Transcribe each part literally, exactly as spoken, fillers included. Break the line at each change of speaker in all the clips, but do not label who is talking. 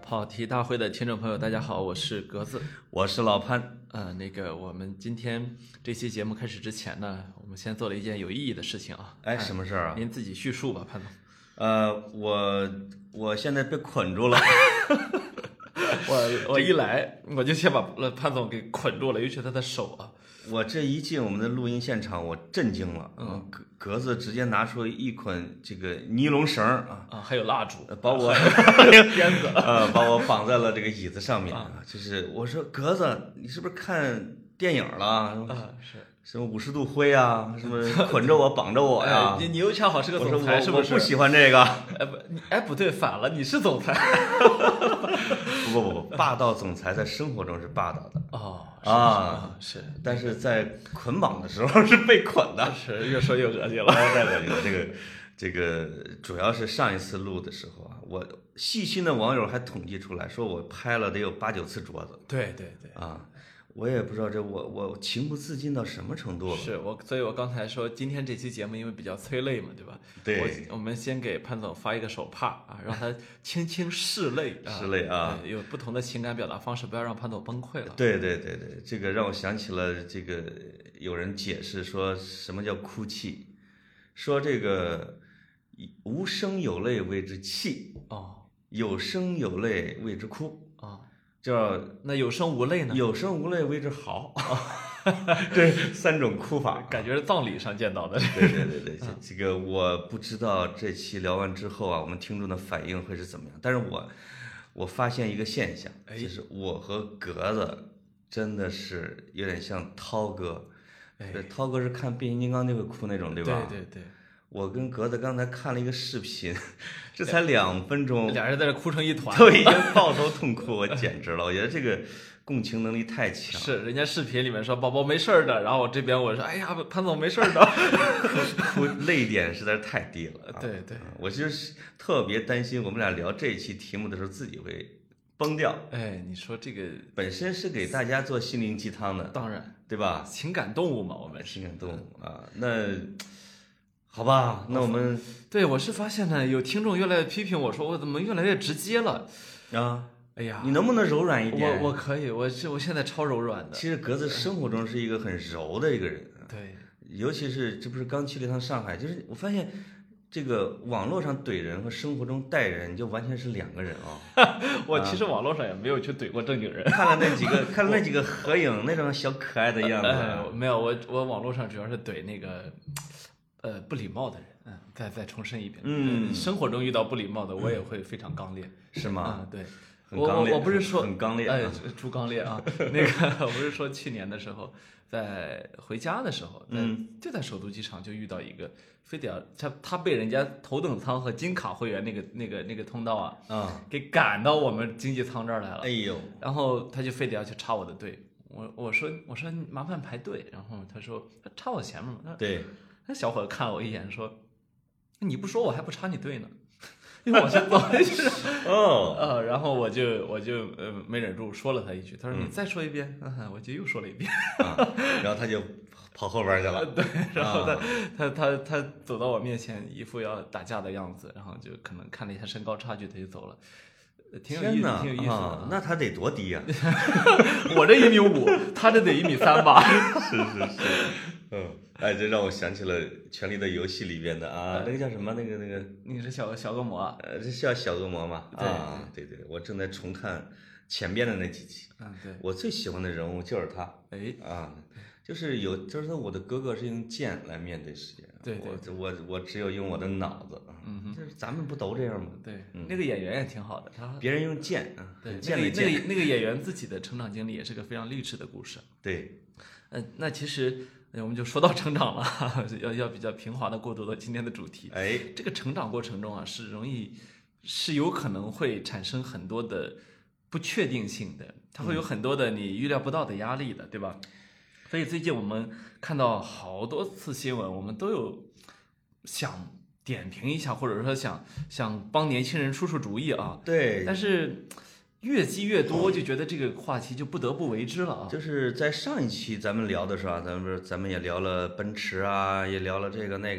跑题大会的听众朋友，大家好，我是格子，
我是老潘。
呃，那个我们今天这期节目开始之前呢，我们先做了一件有意义的事情啊。
哎，什么事儿啊？
您自己叙述吧，潘总。
呃，我我现在被捆住了。
我我一来我就先把潘总给捆住了，尤其他的手啊。
我这一进我们的录音现场，我震惊了。
嗯，
格格子直接拿出一捆这个尼龙绳啊
啊，还有蜡烛，
把我
鞭子
呃把我绑在了这个椅子上面啊。就是我说格子，你是不是看电影了？
啊，是。
什么五十度灰啊，什么捆着我绑着我呀？
哎、你你又恰好是个总裁，是不是？
我不喜欢这个。
哎不，你哎不对，反了，你是总裁。
不不不不，霸道总裁在生活中是霸道的。
哦
啊
是，
但是在捆绑的时候是被捆的。
是越说越恶心了。
太恶心了，这个这个主要是上一次录的时候啊，我细心的网友还统计出来说我拍了得有八九次桌子。
对对对
啊。我也不知道这我我情不自禁到什么程度了。
是我，所以我刚才说今天这期节目因为比较催泪嘛，对吧？
对，
我我们先给潘总发一个手帕啊，让他轻轻拭泪，
拭泪啊，
有不同的情感表达方式，不要让潘总崩溃了。
对对对对，这个让我想起了这个有人解释说什么叫哭泣，说这个无声有泪谓之泣，
哦，
有声有泪谓之哭。
啊。
叫
那有声无泪呢？
有声无泪谓之嚎。这三种哭法，
感觉是葬礼上见到的。
对对对对，这这个我不知道这期聊完之后啊，我们听众的反应会是怎么样。但是我我发现一个现象，就是我和格子真的是有点像涛哥。
哎，
涛哥是看变形金刚就会哭那种，对吧？
对对对。
我跟格子刚才看了一个视频，这才两分钟，
俩人在这哭成一团，
都已经抱头痛哭，我简直了！我觉得这个共情能力太强。
是，人家视频里面说宝宝没事的，然后我这边我说哎呀潘总没事的，
哭泪点实在是太低了。
对对，
我就是特别担心我们俩聊这一期题目的时候自己会崩掉。
哎，你说这个
本身是给大家做心灵鸡汤的，
当然
对吧？
情感动物嘛，我们
情感动物啊，那。好吧，那我们
对我是发现呢，有听众越来越批评我说我怎么越来越直接了
啊！
哎呀，
你能不能柔软一点？
我我可以，我是我现在超柔软的。
其实格子生活中是一个很柔的一个人，
对，
尤其是这不是刚去了一趟上海，就是我发现这个网络上怼人和生活中待人就完全是两个人啊。
我其实网络上也没有去怼过正经人，
看了那几个看了那几个合影，那种小可爱的样子。
哎，没有，我我网络上主要是怼那个。呃，不礼貌的人，嗯，再再重申一遍，
嗯，
生活中遇到不礼貌的，我也会非常刚烈，
是吗？
嗯，对，
很刚烈，
我我不是说
很刚烈，
哎，猪刚烈啊，那个我不是说去年的时候，在回家的时候，在就在首都机场就遇到一个，非得要他他被人家头等舱和金卡会员那个那个那个通道啊，
啊，
给赶到我们经济舱这儿来了，
哎呦，
然后他就非得要去插我的队，我我说我说麻烦排队，然后他说他插我前面嘛，
对。
那小伙子看了我一眼，说：“你不说我还不插你队呢，因为往前走下去。”
哦，
呃，然后我就我就呃没忍住说了他一句，他说：“你再说一遍。嗯”我就又说了一遍，
啊，然后他就跑后边去了。
对，然后他、啊、他他他走到我面前，一副要打架的样子，然后就可能看了一下身高差距，他就走了。挺有意思，挺有意思的、
啊。那他得多低呀、
啊？我这一米五，他这得一米三吧？
是是是，嗯。哎，这让我想起了《权力的游戏》里边的啊，那个叫什么？那个那个，
你是小小恶魔啊？
呃，这叫小恶魔嘛？
对
啊，对对，我正在重看前边的那几集。
嗯，对，
我最喜欢的人物就是他。
哎，
啊，就是有，就是说我的哥哥是用剑来面对世界，
对对，
我我我只有用我的脑子。
嗯哼，
就是咱们不都这样吗？
对，那个演员也挺好的，他
别人用剑啊，
对，
剑
那个那个那个演员自己的成长经历也是个非常励志的故事。
对，
呃，那其实。我们就说到成长了，要要比较平滑的过渡到今天的主题。
哎，
这个成长过程中啊，是容易，是有可能会产生很多的不确定性的，它会有很多的你预料不到的压力的，对吧？所以最近我们看到好多次新闻，我们都有想点评一下，或者说想想帮年轻人出出主意啊。
对，
但是。越积越多，就觉得这个话题就不得不为之了啊！
就是在上一期咱们聊的时候啊，咱们不是咱们也聊了奔驰啊，也聊了这个那个的，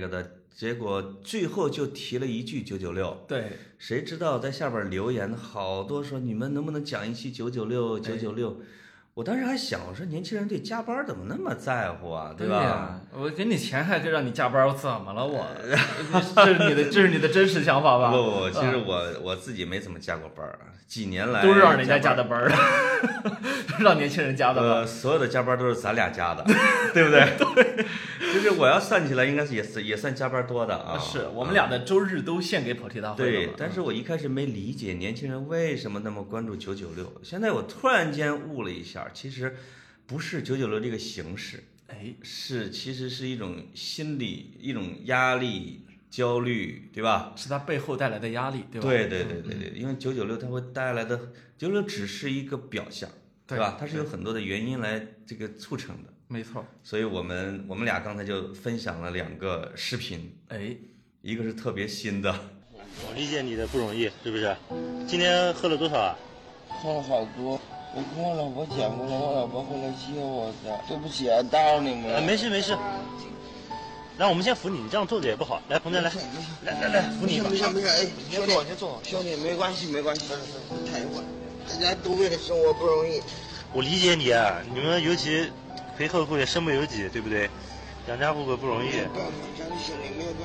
结果最后就提了一句九九六。
对，
谁知道在下边留言好多说你们能不能讲一期九九六九九六？我当时还想，我说年轻人对加班怎么那么在乎啊，对吧？
对呀，我给你钱还让你加班，我怎么了我？这是你的，这是你的真实想法吧？
不不不，其实我、嗯、我自己没怎么加过班啊，几年来
都是让人家加的班，让年轻人加的班。
呃，所有的加班都是咱俩加的，对不对？
对，
就是我要算起来，应该是也是也算加班多的啊。
是我们俩的周日都献给跑题大会了。
对，但是我一开始没理解年轻人为什么那么关注九九六，现在我突然间悟了一下。其实不是九九六这个形式，
哎，
是其实是一种心理、一种压力、焦虑，对吧？
是它背后带来的压力，对吧？
对对对对对，因为九九六它会带来的，九九六只是一个表象，对吧？它是有很多的原因来这个促成的，
没错。
所以我们我们俩刚才就分享了两个视频，
哎，
一个是特别新的，
我理解你的不容易，是不是？今天喝了多少啊？
喝了好多。我跟我老婆讲过了，我老婆回来接我的。对不起啊，打扰你们了。
啊，没事没事。那我们先扶你，你这样坐着也不好。来，彭真来，来来来，扶你一把。
没事没事，哎，
先坐，先坐。
兄弟，没关系没关系，躺一会儿。大家都为了生活不容易。
我理解你啊，你们尤其陪客户也身不由己，对不对？养家糊口不容易。
没有办法，家里兄弟没有办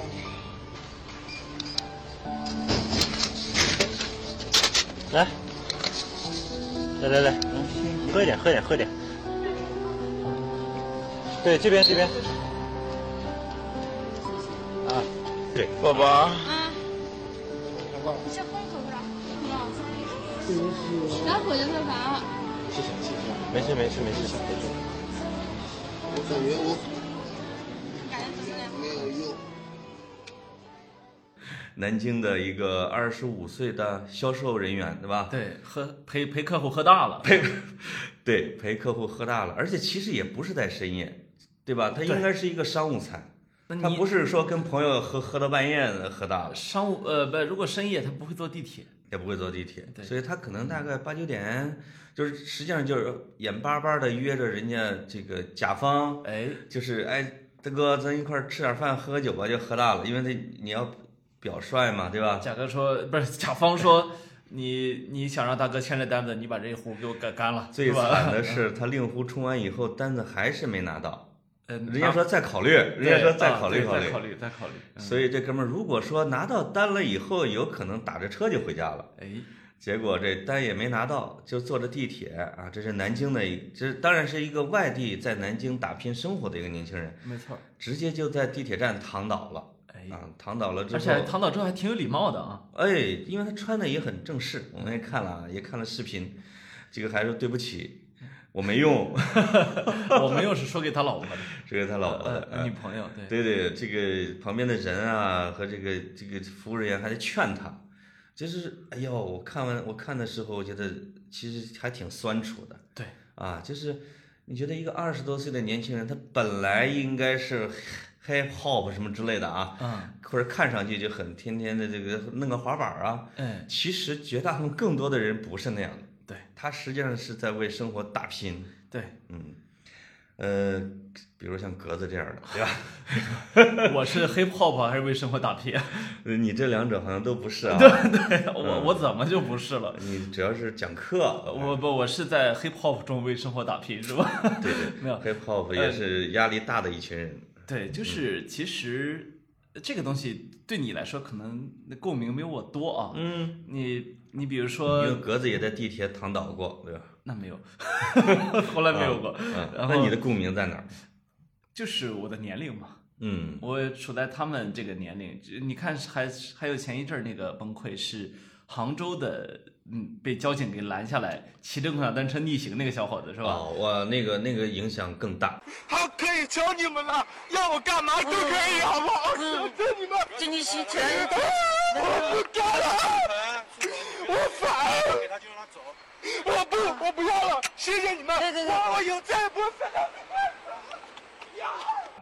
法。来。来来来，喝一点，喝一点，喝一点。对，这边这边。啊，对，
宝宝。
啊。你先喝口啥？然后就喝啥？
谢谢谢谢，没事没事没事。
我感觉我
感觉怎么样？
没有用。
南京的一个二十五岁的销售人员，对吧？
对，喝陪陪客户喝大了，
陪，对陪客户喝大了，而且其实也不是在深夜，对吧？他应该是一个商务餐，他不是说跟朋友喝喝到半夜喝大了。
商务呃不，如果深夜他不会坐地铁，
也不会坐地铁，
对，
所以他可能大概八九点，就是实际上就是眼巴巴的约着人家这个甲方，
哎，
就是哎大哥，咱一块吃点饭喝个酒吧，就喝大了，因为那你要。表率嘛，对吧？
甲哥说不是，甲方说你你想让大哥签这单子，你把这一壶给我干干了。
最惨的是他令狐冲完以后，单子还是没拿到。
呃，
人家说再考虑，人家说再考虑
考
虑，
再考虑再考虑。
所以这哥们儿如果说拿到单了以后，有可能打着车就回家了。
哎，
结果这单也没拿到，就坐着地铁啊。这是南京的，这当然是一个外地在南京打拼生活的一个年轻人。
没错，
直接就在地铁站躺倒了。啊，躺倒了之后，
而且躺倒之后还挺有礼貌的啊。
哎，因为他穿的也很正式，我们也看了，也看了视频。这个还说对不起，我没用，
我没用是说给他老婆的，
说给他老婆的、
呃呃、女朋友。
对对对，这个旁边的人啊和这个这个服务人员还在劝他，就是哎呦，我看完我看的时候，我觉得其实还挺酸楚的。
对
啊，就是你觉得一个二十多岁的年轻人，他本来应该是。hip hop 什么之类的啊，
嗯，
或者看上去就很天天的这个弄个滑板啊，
嗯，
其实绝大部分更多的人不是那样的，
对，
他实际上是在为生活打拼，
对，
嗯，呃，比如像格子这样的，对吧？
我是 hip hop 还是为生活打拼？
你这两者好像都不是啊，
对对，我、
嗯、
我怎么就不是了？
你主要是讲课，
我不，我是在 hip hop 中为生活打拼，是吧？
对对，
没有
hip hop 也是压力大的一群人。
对，就是其实这个东西对你来说可能共鸣没有我多啊。
嗯，
你你比如说，
因为格子也在地铁躺倒过，对吧？
那没有，从来没有过。
啊、
然后
那你的共鸣在哪儿？
就是我的年龄嘛。
嗯，
我处在他们这个年龄，你看还还有前一阵那个崩溃是杭州的。嗯，被交警给拦下来，骑着共享单车逆行那个小伙子是吧？
哦，哇，那个那个影响更大。
好，可以求你们了，要我干嘛都可以，好不好？求求你们！
经济系钱，
我不干了，我反，
给他就让他走。
我不，我不要了，谢谢你们。
对对对，
我我有再也不会犯了。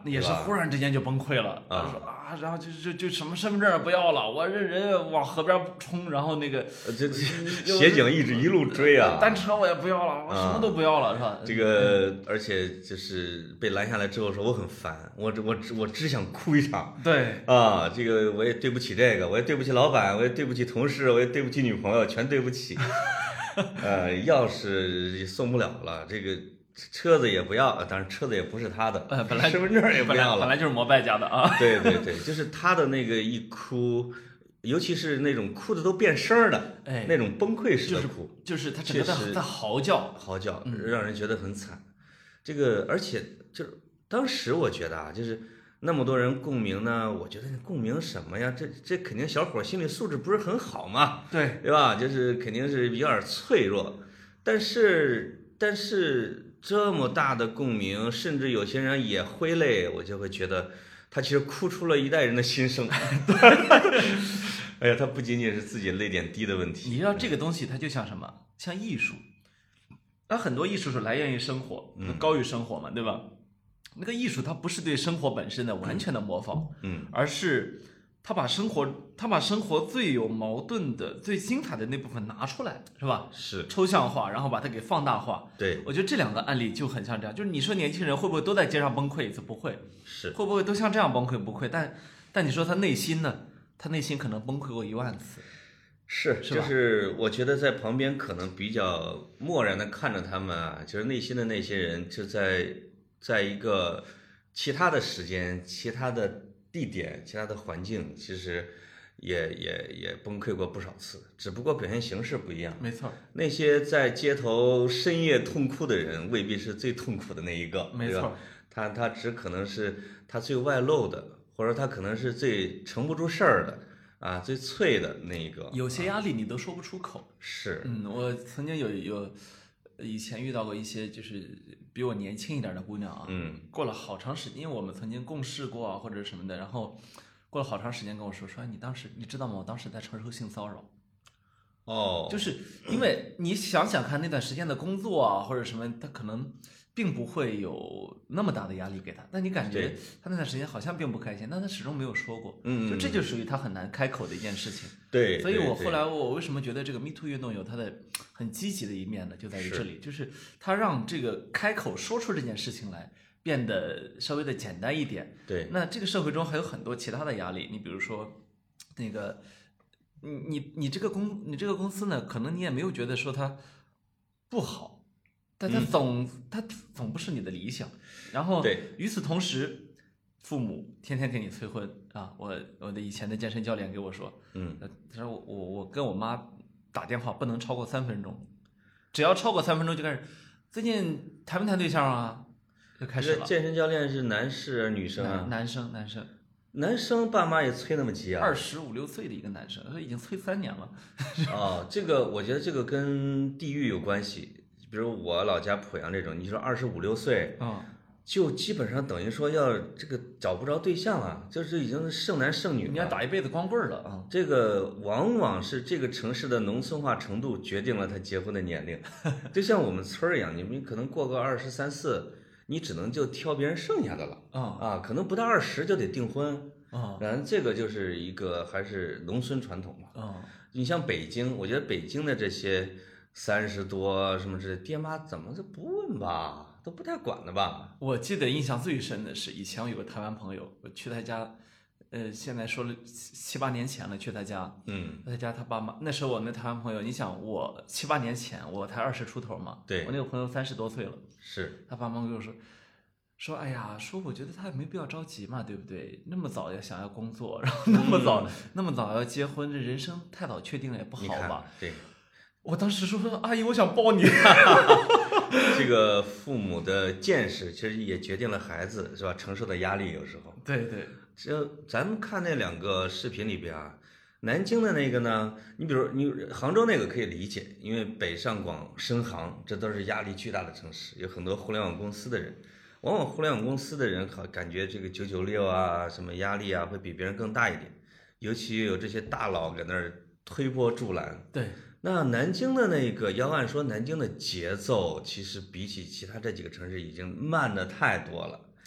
也是忽然之间就崩溃了，
啊
说啊，然后就就就什么身份证不要了，我这人往河边冲，然后那个
这这协警一直一路追啊，
单车我也不要了，我什么都不要了，是吧？
这个而且就是被拦下来之后说我很烦，我我我只想哭一场。
对
啊，这个我也对不起这个，我也对不起老板，我也对不起同事，我也对不起女朋友，全对不起。呃，钥匙也送不了了，这个车子也不要，当然车子也不是他的，
呃，本来
身份证也不要了，
本来就是摩拜家的啊。
对对对，就是他的那个一哭，尤其是那种哭的都变声的，
哎，
那种崩溃式的哭，
就是他整个在在嚎叫，
嚎叫，
嗯、
让人觉得很惨。这个，而且就是当时我觉得啊，就是那么多人共鸣呢，我觉得共鸣什么呀？这这肯定小伙心理素质不是很好嘛，
对
对吧？就是肯定是有点脆弱，但是但是这么大的共鸣，甚至有些人也挥泪，我就会觉得他其实哭出了一代人的心声。哎呀，他不仅仅是自己泪点低的问题。
你知道这个东西，它就像什么？像艺术，它很多艺术是来源于生活，高于生活嘛，对吧？那个艺术它不是对生活本身的完全的模仿，
嗯，
而是他把生活，他把生活最有矛盾的、最精彩的那部分拿出来，是吧？
是
抽象化，然后把它给放大化。
对，
我觉得这两个案例就很像这样，就是你说年轻人会不会都在街上崩溃一次？不会，
是
会不会都像这样崩溃？不会，但但你说他内心呢？他内心可能崩溃过一万次。
是，
是
就是我觉得在旁边可能比较漠然的看着他们啊，就是内心的那些人就在在一个其他的时间、其他的地点、其他的环境，其实也也也崩溃过不少次，只不过表现形式不一样。
没错，
那些在街头深夜痛哭的人，未必是最痛苦的那一个，
没错，
他他只可能是他最外露的，或者他可能是最撑不住事儿的。啊，最脆的那一个，
有些压力你都说不出口。
是，
嗯，我曾经有有以前遇到过一些就是比我年轻一点的姑娘啊，
嗯，
过了好长时间，因为我们曾经共事过啊或者什么的，然后过了好长时间跟我说说，你当时你知道吗？我当时在承受性骚扰。
哦，
就是因为你想想看那段时间的工作啊或者什么，他可能并不会有那么大的压力给他，但你感觉他那段时间好像并不开心，但他始终没有说过，
嗯，
就这就属于他很难开口的一件事情。
对，
所以我后来我为什么觉得这个 Me Too 运动有它的很积极的一面呢？就在于这里，就是他让这个开口说出这件事情来变得稍微的简单一点。
对，
那这个社会中还有很多其他的压力，你比如说那个。你你你这个公你这个公司呢，可能你也没有觉得说它不好，但它总、嗯、它总不是你的理想。然后与此同时，父母天天给你催婚啊！我我的以前的健身教练给我说，
嗯，
他说我我我跟我妈打电话不能超过三分钟，只要超过三分钟就开始，最近谈没谈对象啊？就开始了。
健身教练是男士女生啊？
男生男生。
男生爸妈也催那么急啊？
二十五六岁的一个男生，已经催三年了。
哦，这个我觉得这个跟地域有关系。比如我老家濮阳这种，你说二十五六岁，
啊、嗯，
就基本上等于说要这个找不着对象啊，就是已经剩男剩女了。
你要打一辈子光棍了啊、嗯！
这个往往是这个城市的农村化程度决定了他结婚的年龄。就像我们村儿一样，你们可能过个二十三四。你只能就挑别人剩下的了啊、
嗯、
啊，可能不到二十就得订婚
啊，
然后这个就是一个还是农村传统嘛
啊、嗯。
你像北京，我觉得北京的这些三十多什么之类，爹妈怎么就不问吧，都不太管的吧？
我记得印象最深的是以前我有个台湾朋友，我去他家，呃，现在说了七八年前了，去他家，
嗯，
他家他爸妈那时候我那台湾朋友，你想我七八年前我才二十出头嘛，
对，
我那个朋友三十多岁了。
是
他爸妈跟我说，说哎呀，说我觉得他也没必要着急嘛，对不对？那么早要想要工作，然后那么早、嗯、那么早要结婚，这人生太早确定了也不好吧？
对，
我当时说阿姨，我想抱你。
这个父母的见识其实也决定了孩子是吧承受的压力，有时候。
对对，
就咱们看那两个视频里边啊。南京的那个呢，你比如你杭州那个可以理解，因为北上广深杭这都是压力巨大的城市，有很多互联网公司的人，往往互联网公司的人好感觉这个九九六啊什么压力啊会比别人更大一点，尤其有这些大佬搁那儿推波助澜。
对，
那南京的那个要按说南京的节奏其实比起其他这几个城市已经慢得太多了。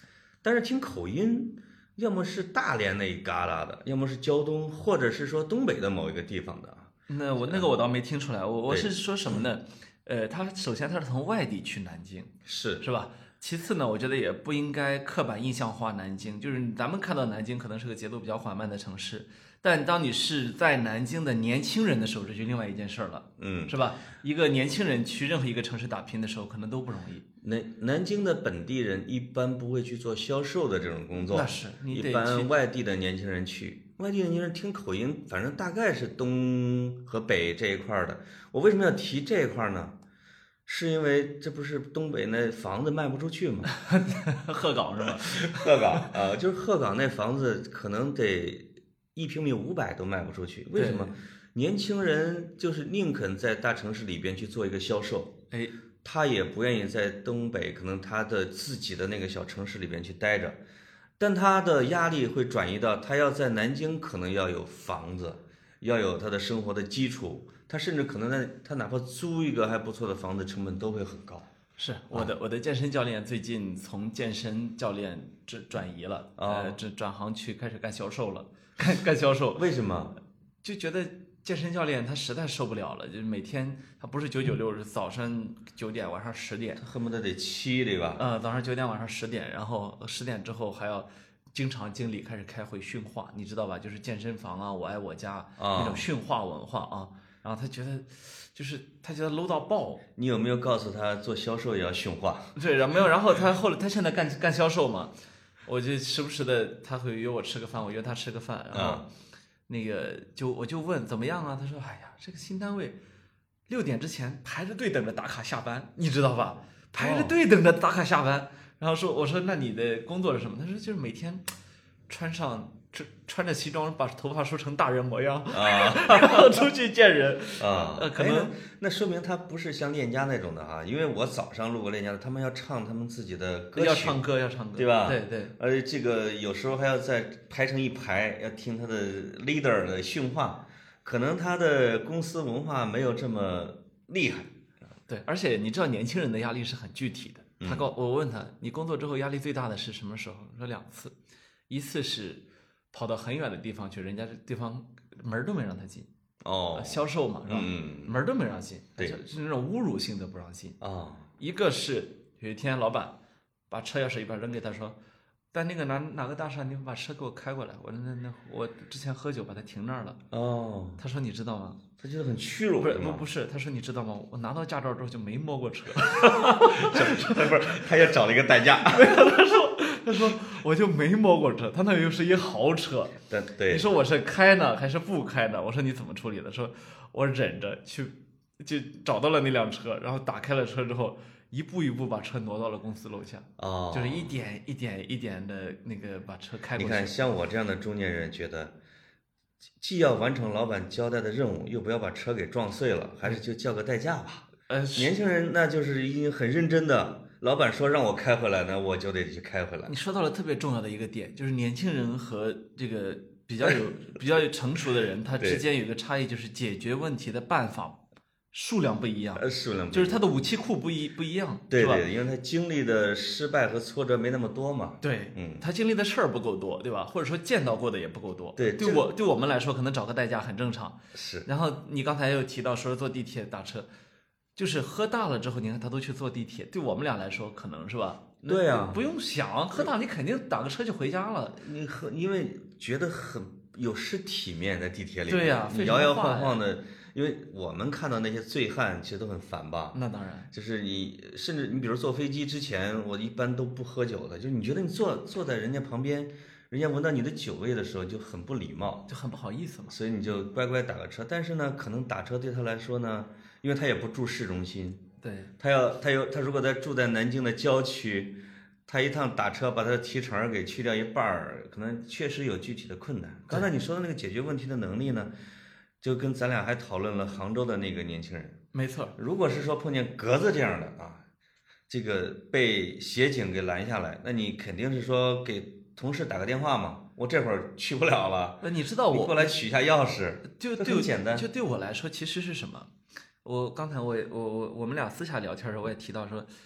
但是听口音，要么是大连那一旮旯的，要么是胶东，或者是说东北的某一个地方的。
那我那个我倒没听出来，我我
对
是说什么呢？呃，他首先他是从外地去南京，
是
是吧？其次呢，我觉得也不应该刻板印象化南京，就是咱们看到南京可能是个节奏比较缓慢的城市，但当你是在南京的年轻人的时候，这就另外一件事儿了，
嗯，
是吧？一个年轻人去任何一个城市打拼的时候，可能都不容易。
南南京的本地人一般不会去做销售的这种工作，
那是你得
一般
去
外地的年轻人去，外地的年轻人听口音，反正大概是东和北这一块儿的。我为什么要提这一块儿呢？是因为这不是东北那房子卖不出去吗？
鹤岗是吧？
鹤岗啊、呃，就是鹤岗那房子可能得一平米五百都卖不出去，为什么？年轻人就是宁肯在大城市里边去做一个销售，
哎，
他也不愿意在东北，可能他的自己的那个小城市里边去待着，但他的压力会转移到他要在南京，可能要有房子，要有他的生活的基础，他甚至可能在他哪怕租一个还不错的房子，成本都会很高。
是我的我的健身教练最近从健身教练转转移了，呃，转转行去开始干销售了，干干销售。
为什么？
就觉得健身教练他实在受不了了，就是每天他不是九九六，是早上九点，晚上十点，
恨不得得七，对吧？
呃，早上九点，晚上十点，然后十点之后还要经常经理开始开会训话，你知道吧？就是健身房啊，我爱我家、啊、那种训话文化啊。然后他觉得，就是他觉得 low 到爆。
你有没有告诉他做销售也要训话？
对，然后没有，然后他后来他现在干干销售嘛，我就时不时的他会约我吃个饭，我约他吃个饭，然后那个就我就问怎么样啊？他说，哎呀，这个新单位六点之前排着队等着打卡下班，你知道吧？排着队等着打卡下班。然后说，我说那你的工作是什么？他说就是每天穿上。穿着西装，把头发梳成大人模样啊，然后出去见人
啊。
呃，可能、
哎、那, 那说明他不是像链家那种的哈，因为我早上路过链家的，他们要唱他们自己的歌曲，
要唱歌，要唱歌，
对吧？
对对。
而这个有时候还要再排成一排，要听他的 leader 的训话，可能他的公司文化没有这么厉害。
对，而且你知道，年轻人的压力是很具体的。他告我问他，你工作之后压力最大的是什么时候？说两次，一次是跑到很远的地方去，人家这地方门都没让他进
哦，
销售嘛，是吧？
嗯，
门都没让进，
对，
是那种侮辱性的不让进
啊、哦。
一个是有一天老板把车钥匙一把扔给他说，在那个哪哪个大厦，你把车给我开过来。我说那那我之前喝酒把它停那儿了。
哦，
他说你知道吗？
他觉得很屈辱，
不是不不是，他说你知道吗？我拿到驾照之后就没摸过车。
不是，他也找了一个代驾。
没有，他说他说我就没摸过车，他那又是一豪车。
对对，
你说我是开呢还是不开呢？我说你怎么处理的？说我忍着去，就找到了那辆车，然后打开了车之后，一步一步把车挪到了公司楼下。
哦，
就是一点一点一点的那个把车开过去。
你看，像我这样的中年人，觉得既要完成老板交代的任务，又不要把车给撞碎了，还是就叫个代驾吧。
呃，
年轻人那就是已经很认真的，老板说让我开回来，那我就得去开回来。
你说到了特别重要的一个点，就是年轻人和这个比较有比较有成熟的人，他之间有一个差异，就是解决问题的办法数量不一样，
呃，数量不一样，
就是他的武器库不一不一样，
对
是吧？
对，因为他经历的失败和挫折没那么多嘛。
对，
嗯，
他经历的事儿不够多，对吧？或者说见到过的也不够多。
对，
对我对我们来说，可能找个代驾很正常。
是。
然后你刚才又提到说坐地铁打车。就是喝大了之后，你看他都去坐地铁，对我们俩来说可能是吧？
对呀、啊，
不用想，喝大你肯定打个车就回家了。
你喝，因为觉得很有失体面，在地铁里。
对呀、啊，
你摇摇晃晃的，因为我们看到那些醉汉其实都很烦吧？
那当然，
就是你，甚至你比如坐飞机之前，我一般都不喝酒的，就是你觉得你坐坐在人家旁边，人家闻到你的酒味的时候就很不礼貌，
就很不好意思嘛。
所以你就乖乖打个车。但是呢，可能打车对他来说呢。因为他也不住市中心，
对，
他要他有他如果在住在南京的郊区，他一趟打车把他的提成给去掉一半儿，可能确实有具体的困难。刚才你说的那个解决问题的能力呢，就跟咱俩还讨论了杭州的那个年轻人。
没错，
如果是说碰见格子这样的啊，这个被协警给拦下来，那你肯定是说给同事打个电话嘛。我这会儿去不了了，
呃，你知道我
你过来取一下钥匙，
就
很简单。
就对我来说，其实是什么？我刚才我也我我我们俩私下聊天的时候，我也提到说，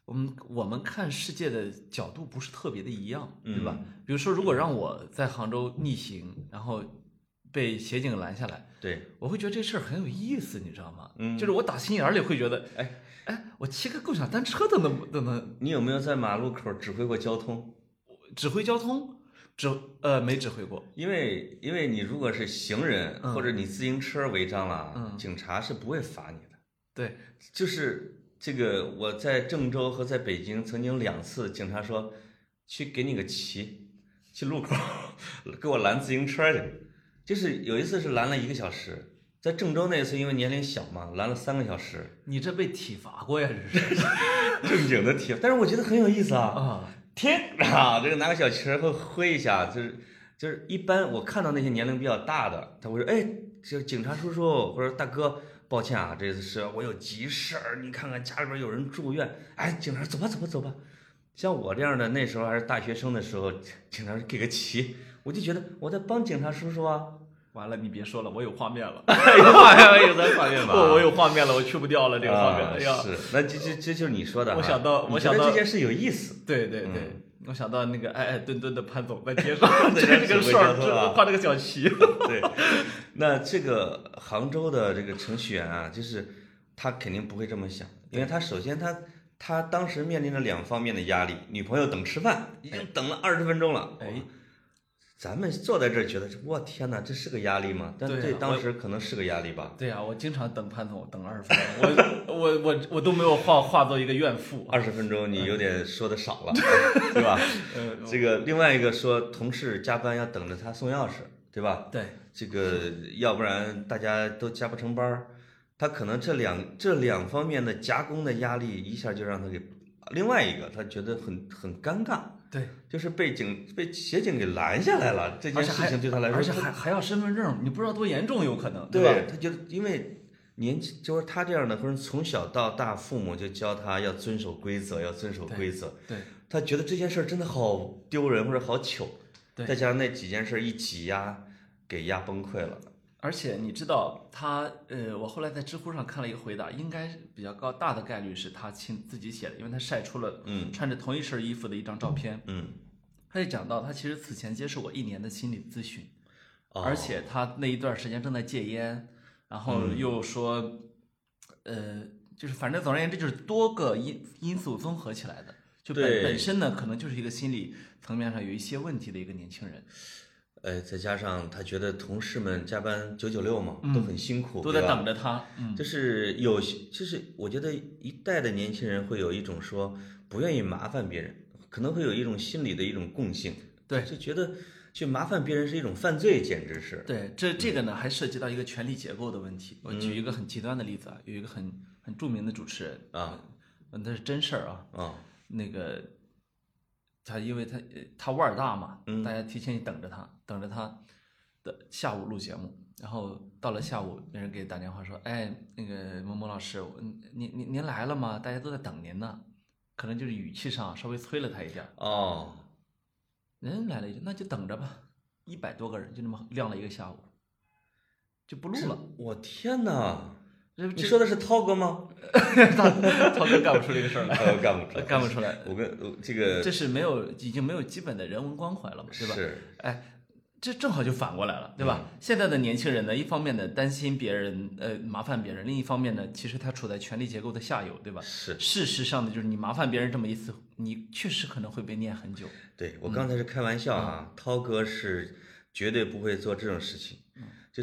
我们我们看世界的角度不是特别的一样，对吧？
嗯、
比如说，如果让我在杭州逆行，然后被协警拦下来，
对，
我会觉得这事儿很有意思，你知道吗？
嗯，
就是我打心眼里会觉得，哎哎，我骑个共享单车都能都能。
你有没有在马路口指挥过交通？
指挥交通？指呃没指挥过，
因为因为你如果是行人、嗯、或者你自行车违章了，
嗯，
警察是不会罚你的。
对，
就是这个我在郑州和在北京曾经两次，警察说去给你个旗，去路口给我拦自行车去。就是有一次是拦了一个小时，在郑州那次因为年龄小嘛，拦了三个小时。
你这被体罚过呀？这是
正经的体罚，但是我觉得很有意思啊。
啊。
停啊！这个拿个小旗会挥一下，就是就是一般我看到那些年龄比较大的，他会说：“哎，这警察叔叔或者大哥，抱歉啊，这次是我有急事儿，你看看家里边有人住院。”哎，警察走吧走吧走吧。像我这样的那时候还是大学生的时候，警察给个旗，我就觉得我在帮警察叔叔啊。
完了，你别说了，我有画面了，
有画面，有咱画面吧？
我我有画面了，我去不掉了这个画面。哎呀，
是，那这这这就是你说的。
我想到，我想到
这件事有意思。
对对对，嗯、我想到那个爱爱墩墩的潘总在街上这这个事儿，画这个小旗。
对，那这个杭州的这个程序员啊，就是他肯定不会这么想，因为他首先他他当时面临着两方面的压力，女朋友等吃饭，已经等了二十分钟了。
哎。
咱们坐在这儿觉得，我天哪，这是个压力吗？但对当时可能是个压力吧。
对呀、啊，我经常等潘总等二十分钟，我我我我都没有化化作一个怨妇。
二十分钟你有点说的少了，对吧？呃，这个另外一个说同事加班要等着他送钥匙，对吧？
对，
这个要不然大家都加不成班，他可能这两这两方面的夹攻的压力一下就让他给，另外一个他觉得很很尴尬。
对，
就是被警被协警给拦下来了，这件事情对他来说，
而且还还要身份证，你不知道多严重，有可能，
对
吧？
他觉得，因为年纪就是他这样的，或者从小到大，父母就教他要遵守规则，要遵守规则。
对，
他觉得这件事真的好丢人或者好糗，
对，
再加上那几件事一挤压，给压崩溃了。
而且你知道他，呃，我后来在知乎上看了一个回答，应该比较高大的概率是他亲自己写的，因为他晒出了
嗯
穿着同一身衣服的一张照片。
嗯，
他就讲到他其实此前接受过一年的心理咨询，
哦、
而且他那一段时间正在戒烟，然后又说，嗯、呃，就是反正总而言之就是多个因因素综合起来的，就本本身呢可能就是一个心理层面上有一些问题的一个年轻人。
呃，再加上他觉得同事们加班九九六嘛，嗯、都很辛苦，
都在等着他。嗯，
就是有，就是我觉得一代的年轻人会有一种说不愿意麻烦别人，可能会有一种心理的一种共性，
对，
就觉得去麻烦别人是一种犯罪，简直是。
对，这这个呢还涉及到一个权力结构的问题。我举一个很极端的例子啊，有一个很很著名的主持人
啊，
嗯，那是真事儿啊
啊，
那个。他因为他他腕儿大嘛，
嗯、
大家提前等着他，等着他的下午录节目，然后到了下午，别人给打电话说，哎，那个某某老师，您您您来了吗？大家都在等您呢，可能就是语气上稍微催了他一点。
哦，
人来了一句，那就等着吧。一百多个人就这么晾了一个下午，就不录了。
我天哪！你说的是涛哥吗？
涛哥干不出这个事儿来，
呃，干不出来，
干不出来。
我跟这个，
这是没有，已经没有基本的人文关怀了嘛，对吧？
是。
哎，这正好就反过来了，对吧？嗯、现在的年轻人呢，一方面呢担心别人，呃，麻烦别人；另一方面呢，其实他处在权力结构的下游，对吧？
是。
事实上呢，就是你麻烦别人这么一次，你确实可能会被念很久。
对，我刚才是开玩笑啊，嗯、涛哥是绝对不会做这种事情，嗯、就是。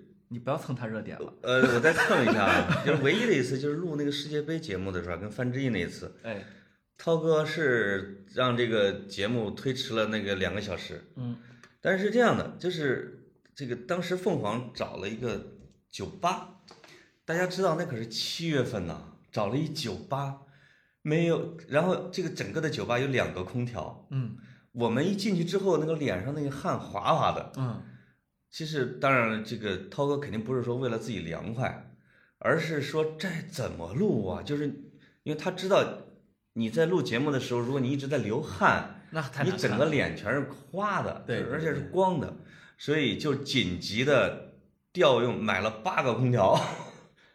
你不要蹭他热点了。
呃，我再蹭一下啊，就是唯一的一次，就是录那个世界杯节目的时候，跟范志毅那一次。
哎，
涛哥是让这个节目推迟了那个两个小时。
嗯，
但是是这样的，就是这个当时凤凰找了一个酒吧，大家知道那可是七月份呐，找了一酒吧，没有，然后这个整个的酒吧有两个空调。
嗯，
我们一进去之后，那个脸上那个汗哗哗的。
嗯。
其实，当然，这个涛哥肯定不是说为了自己凉快，而是说这怎么录啊？就是因为他知道你在录节目的时候，如果你一直在流汗，
那太
你整个脸全是花的，
对，
而且是光的，所以就紧急的调用买了八个空调，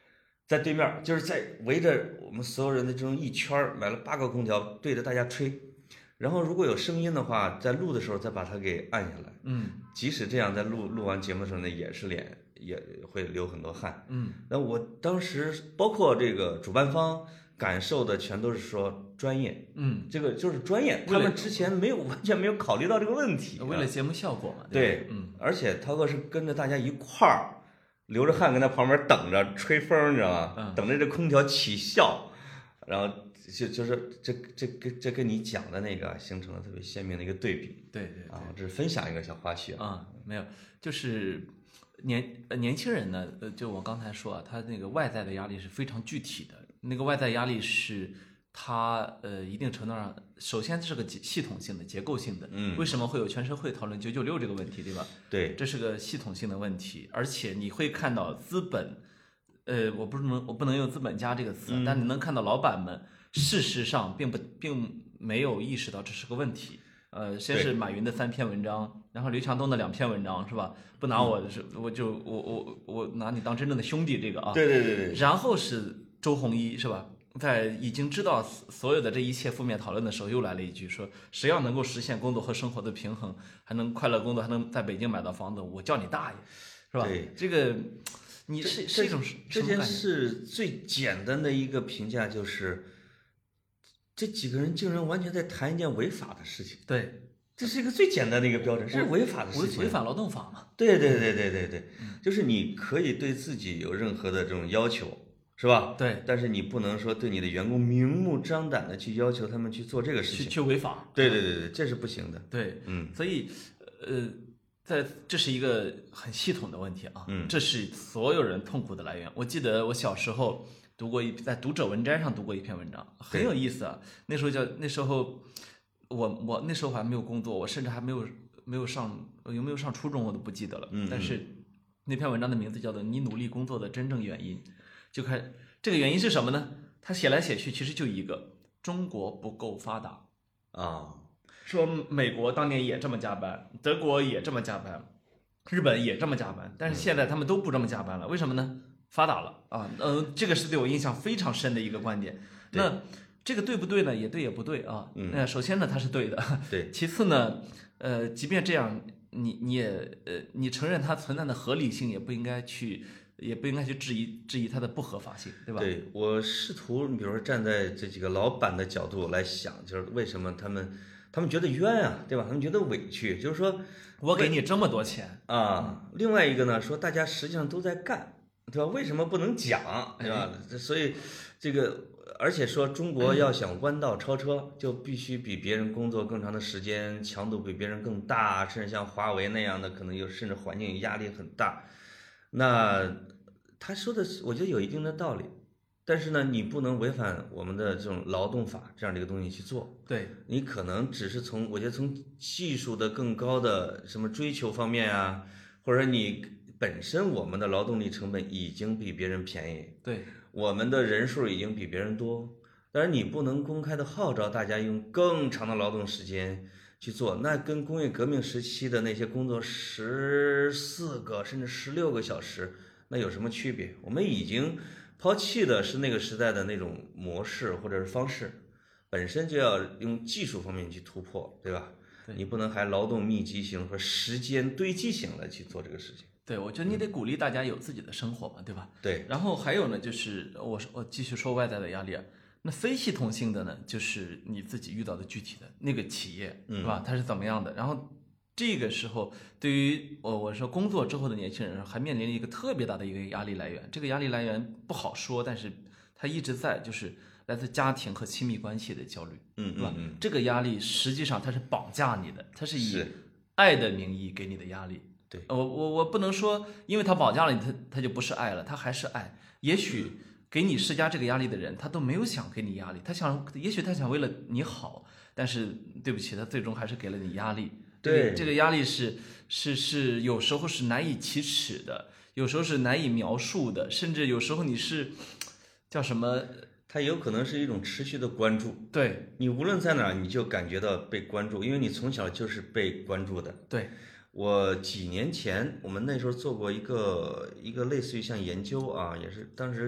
在对面，就是在围着我们所有人的这种一圈儿，买了八个空调对着大家吹，然后如果有声音的话，在录的时候再把它给按下来。
嗯，
即使这样，在录录完节目的时候呢，也是脸也会流很多汗。
嗯，
那我当时包括这个主办方感受的全都是说专业，
嗯，
这个就是专业，他们之前没有完全没有考虑到这个问题，
为了节目效果嘛。
对，
嗯，
而且涛哥是跟着大家一块儿。流着汗跟在旁边等着吹风，你知道吗？
嗯、
等着这空调起效，然后就就是这这跟这跟你讲的那个形成了特别鲜明的一个对比。
对对对
啊，这是分享一个小花絮
啊、嗯，没有，就是年呃年轻人呢，呃，就我刚才说啊，他那个外在的压力是非常具体的，那个外在压力是他呃一定程度上，首先这是个系统性的、结构性的。
嗯，
为什么会有全社会讨论九九六这个问题，对吧？
对，
这是个系统性的问题，而且你会看到资本，呃，我不能我不能用资本家这个词，
嗯、
但你能看到老板们事实上并不并没有意识到这是个问题。呃，先是马云的三篇文章，然后刘强东的两篇文章，是吧？不拿我是、嗯、我就我我我拿你当真正的兄弟这个啊。
对对对对。
然后是周鸿祎，是吧？在已经知道所有的这一切负面讨论的时候，又来了一句说：谁要能够实现工作和生活的平衡，还能快乐工作，还能在北京买到房子，我叫你大爷，是吧？
对，
这个你是是一种
这件事最简单的一个评价就是，这几个人竟然完全在谈一件违法的事情。
对，
这是一个最简单的一个标准，是违法的事情，
违反劳动法嘛？
对对对对对对，嗯、就是你可以对自己有任何的这种要求。是吧？
对，
但是你不能说对你的员工明目张胆的去要求他们去做这个事情，
去去违法。
对对对对，这是不行的。
对，
嗯，
所以呃，在这是一个很系统的问题啊，
嗯，
这是所有人痛苦的来源。我记得我小时候读过一在读者文摘上读过一篇文章，很有意思啊。那时候叫那时候我我那时候还没有工作，我甚至还没有没有上有没有上初中我都不记得了。
嗯，
但是那篇文章的名字叫做《你努力工作的真正原因》。就看这个原因是什么呢？他写来写去其实就一个：中国不够发达
啊。
说美国当年也这么加班，德国也这么加班，日本也这么加班，但是现在他们都不这么加班了，为什么呢？发达了啊。嗯、呃，这个是对我印象非常深的一个观点。那这个对不对呢？也对也不对啊。
嗯。
那首先呢，它是对的。
对。
其次呢，呃，即便这样，你你也呃，你承认它存在的合理性，也不应该去。也不应该去质疑质疑它的不合法性，对吧？
对，我试图，你比如说站在这几个老板的角度来想，就是为什么他们他们觉得冤啊，对吧？他们觉得委屈，就是说
我给你这么多钱
啊。另外一个呢，说大家实际上都在干，对吧？为什么不能讲，对吧？哎、所以这个，而且说中国要想弯道超车，就必须比别人工作更长的时间，强度比别人更大，甚至像华为那样的，可能有甚至环境压力很大。那他说的是，我觉得有一定的道理，但是呢，你不能违反我们的这种劳动法这样的一个东西去做。
对，
你可能只是从，我觉得从技术的更高的什么追求方面啊，或者你本身我们的劳动力成本已经比别人便宜，
对，
我们的人数已经比别人多，但是你不能公开的号召大家用更长的劳动时间去做，那跟工业革命时期的那些工作十四个甚至十六个小时，那有什么区别？我们已经抛弃的是那个时代的那种模式或者是方式，本身就要用技术方面去突破，对吧？
对，
你不能还劳动密集型和时间堆积型的去做这个事情。
对，我觉得你得鼓励大家有自己的生活嘛，对吧？
对。
然后还有呢，就是我我继续说外在的压力啊。那非系统性的呢，就是你自己遇到的具体的那个企业，是吧？它是怎么样的？然后这个时候，对于我我说工作之后的年轻人，还面临一个特别大的一个压力来源。这个压力来源不好说，但是它一直在，就是来自家庭和亲密关系的焦虑，
嗯，
是吧？
嗯嗯，
这个压力实际上它是绑架你的，它是以爱的名义给你的压力。
对，
我我我不能说，因为他绑架了你，他他就不是爱了，他还是爱。也许给你施加这个压力的人，他都没有想给你压力，他想，也许他想为了你好，但是对不起，他最终还是给了你压力。
对，
这个压力是是是有时候是难以启齿的，有时候是难以描述的，甚至有时候你是叫什么？
它有可能是一种持续的关注。
对，
你无论在哪儿，你就感觉到被关注，因为你从小就是被关注的。
对。
我几年前，我们那时候做过一个一个类似于像研究啊，也是当时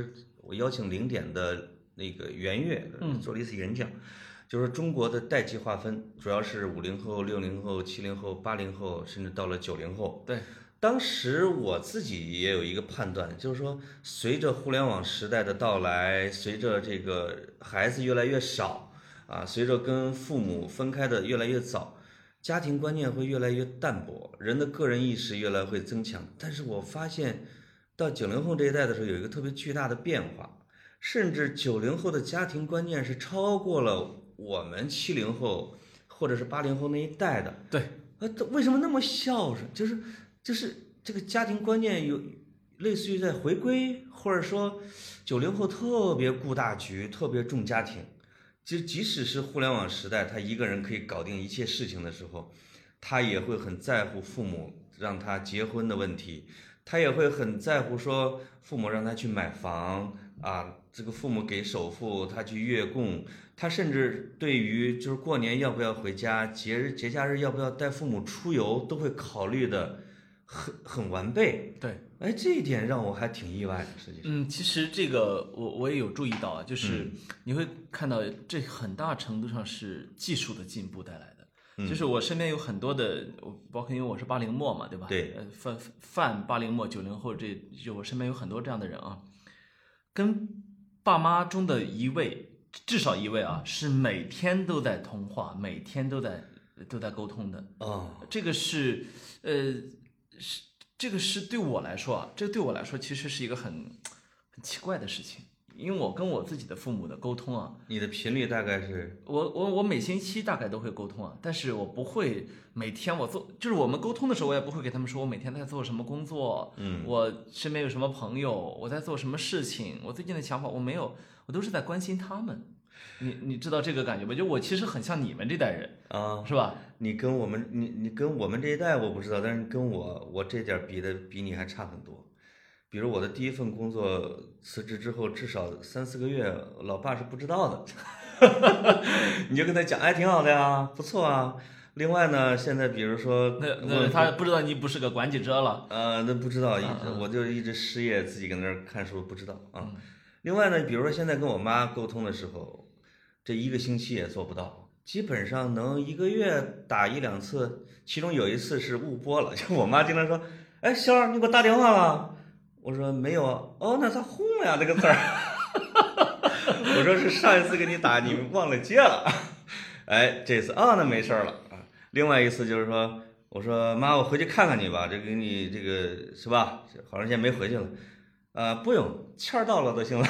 我邀请零点的那个袁岳做了一次演讲，就是中国的代际划分主要是五零后、六零后、七零后、八零后，甚至到了九零后。
对。
当时我自己也有一个判断，就是说，随着互联网时代的到来，随着这个孩子越来越少啊，随着跟父母分开的越来越早，家庭观念会越来越淡薄，人的个人意识越来会增强。但是我发现，到九零后这一代的时候，有一个特别巨大的变化，甚至九零后的家庭观念是超过了我们七零后或者是八零后那一代的。
对，
啊，为什么那么孝顺？就是。就是这个家庭观念有类似于在回归，或者说九零后特别顾大局，特别重家庭。其实即使是互联网时代，他一个人可以搞定一切事情的时候，他也会很在乎父母让他结婚的问题，他也会很在乎说父母让他去买房啊，这个父母给首付，他去月供，他甚至对于就是过年要不要回家，节日节假日要不要带父母出游，都会考虑的。很很完备，
对，
哎，这一点让我还挺意外的，实际上。
嗯，其实这个我我也有注意到啊，就是你会看到这很大程度上是技术的进步带来的。嗯、就是我身边有很多的，包括因为我是八零末嘛，对吧？
对，
呃，泛泛八零末九零后，这就我身边有很多这样的人啊，跟爸妈中的一位，至少一位啊，是每天都在通话，每天都在都在沟通的。
哦，
这个是呃。是这个是对我来说啊，这对我来说其实是一个很很奇怪的事情，因为我跟我自己的父母的沟通啊，
你的频率大概是？
我我我每星期大概都会沟通啊，但是我不会每天我做，就是我们沟通的时候，我也不会给他们说我每天在做什么工作，
嗯，
我身边有什么朋友，我在做什么事情，我最近的想法我没有，我都是在关心他们。你你知道这个感觉吗？就我其实很像你们这代人
啊，
是吧？
你跟我们你你跟我们这一代我不知道，但是跟我我这点比的比你还差很多。比如我的第一份工作辞职之后，至少三四个月，老爸是不知道的。你就跟他讲，哎，挺好的呀，不错啊。另外呢，现在比如说，
那那他不知道你不是个管理者了。
呃，那不知道，一直、
嗯、
我就一直失业，自己搁那儿看书，不知道啊。
嗯、
另外呢，比如说现在跟我妈沟通的时候。这一个星期也做不到，基本上能一个月打一两次，其中有一次是误拨了。就我妈经常说：“哎，潇儿，你给我打电话了？”我说：“没有啊。”哦，那咋轰了呀？这个字儿。我说是上一次给你打，你忘了接了。哎，这次啊，那没事了啊。另外一次就是说，我说妈，我回去看看你吧，这给你这个是吧？好长时间没回去了。啊、呃，不用，钱儿到了就行了。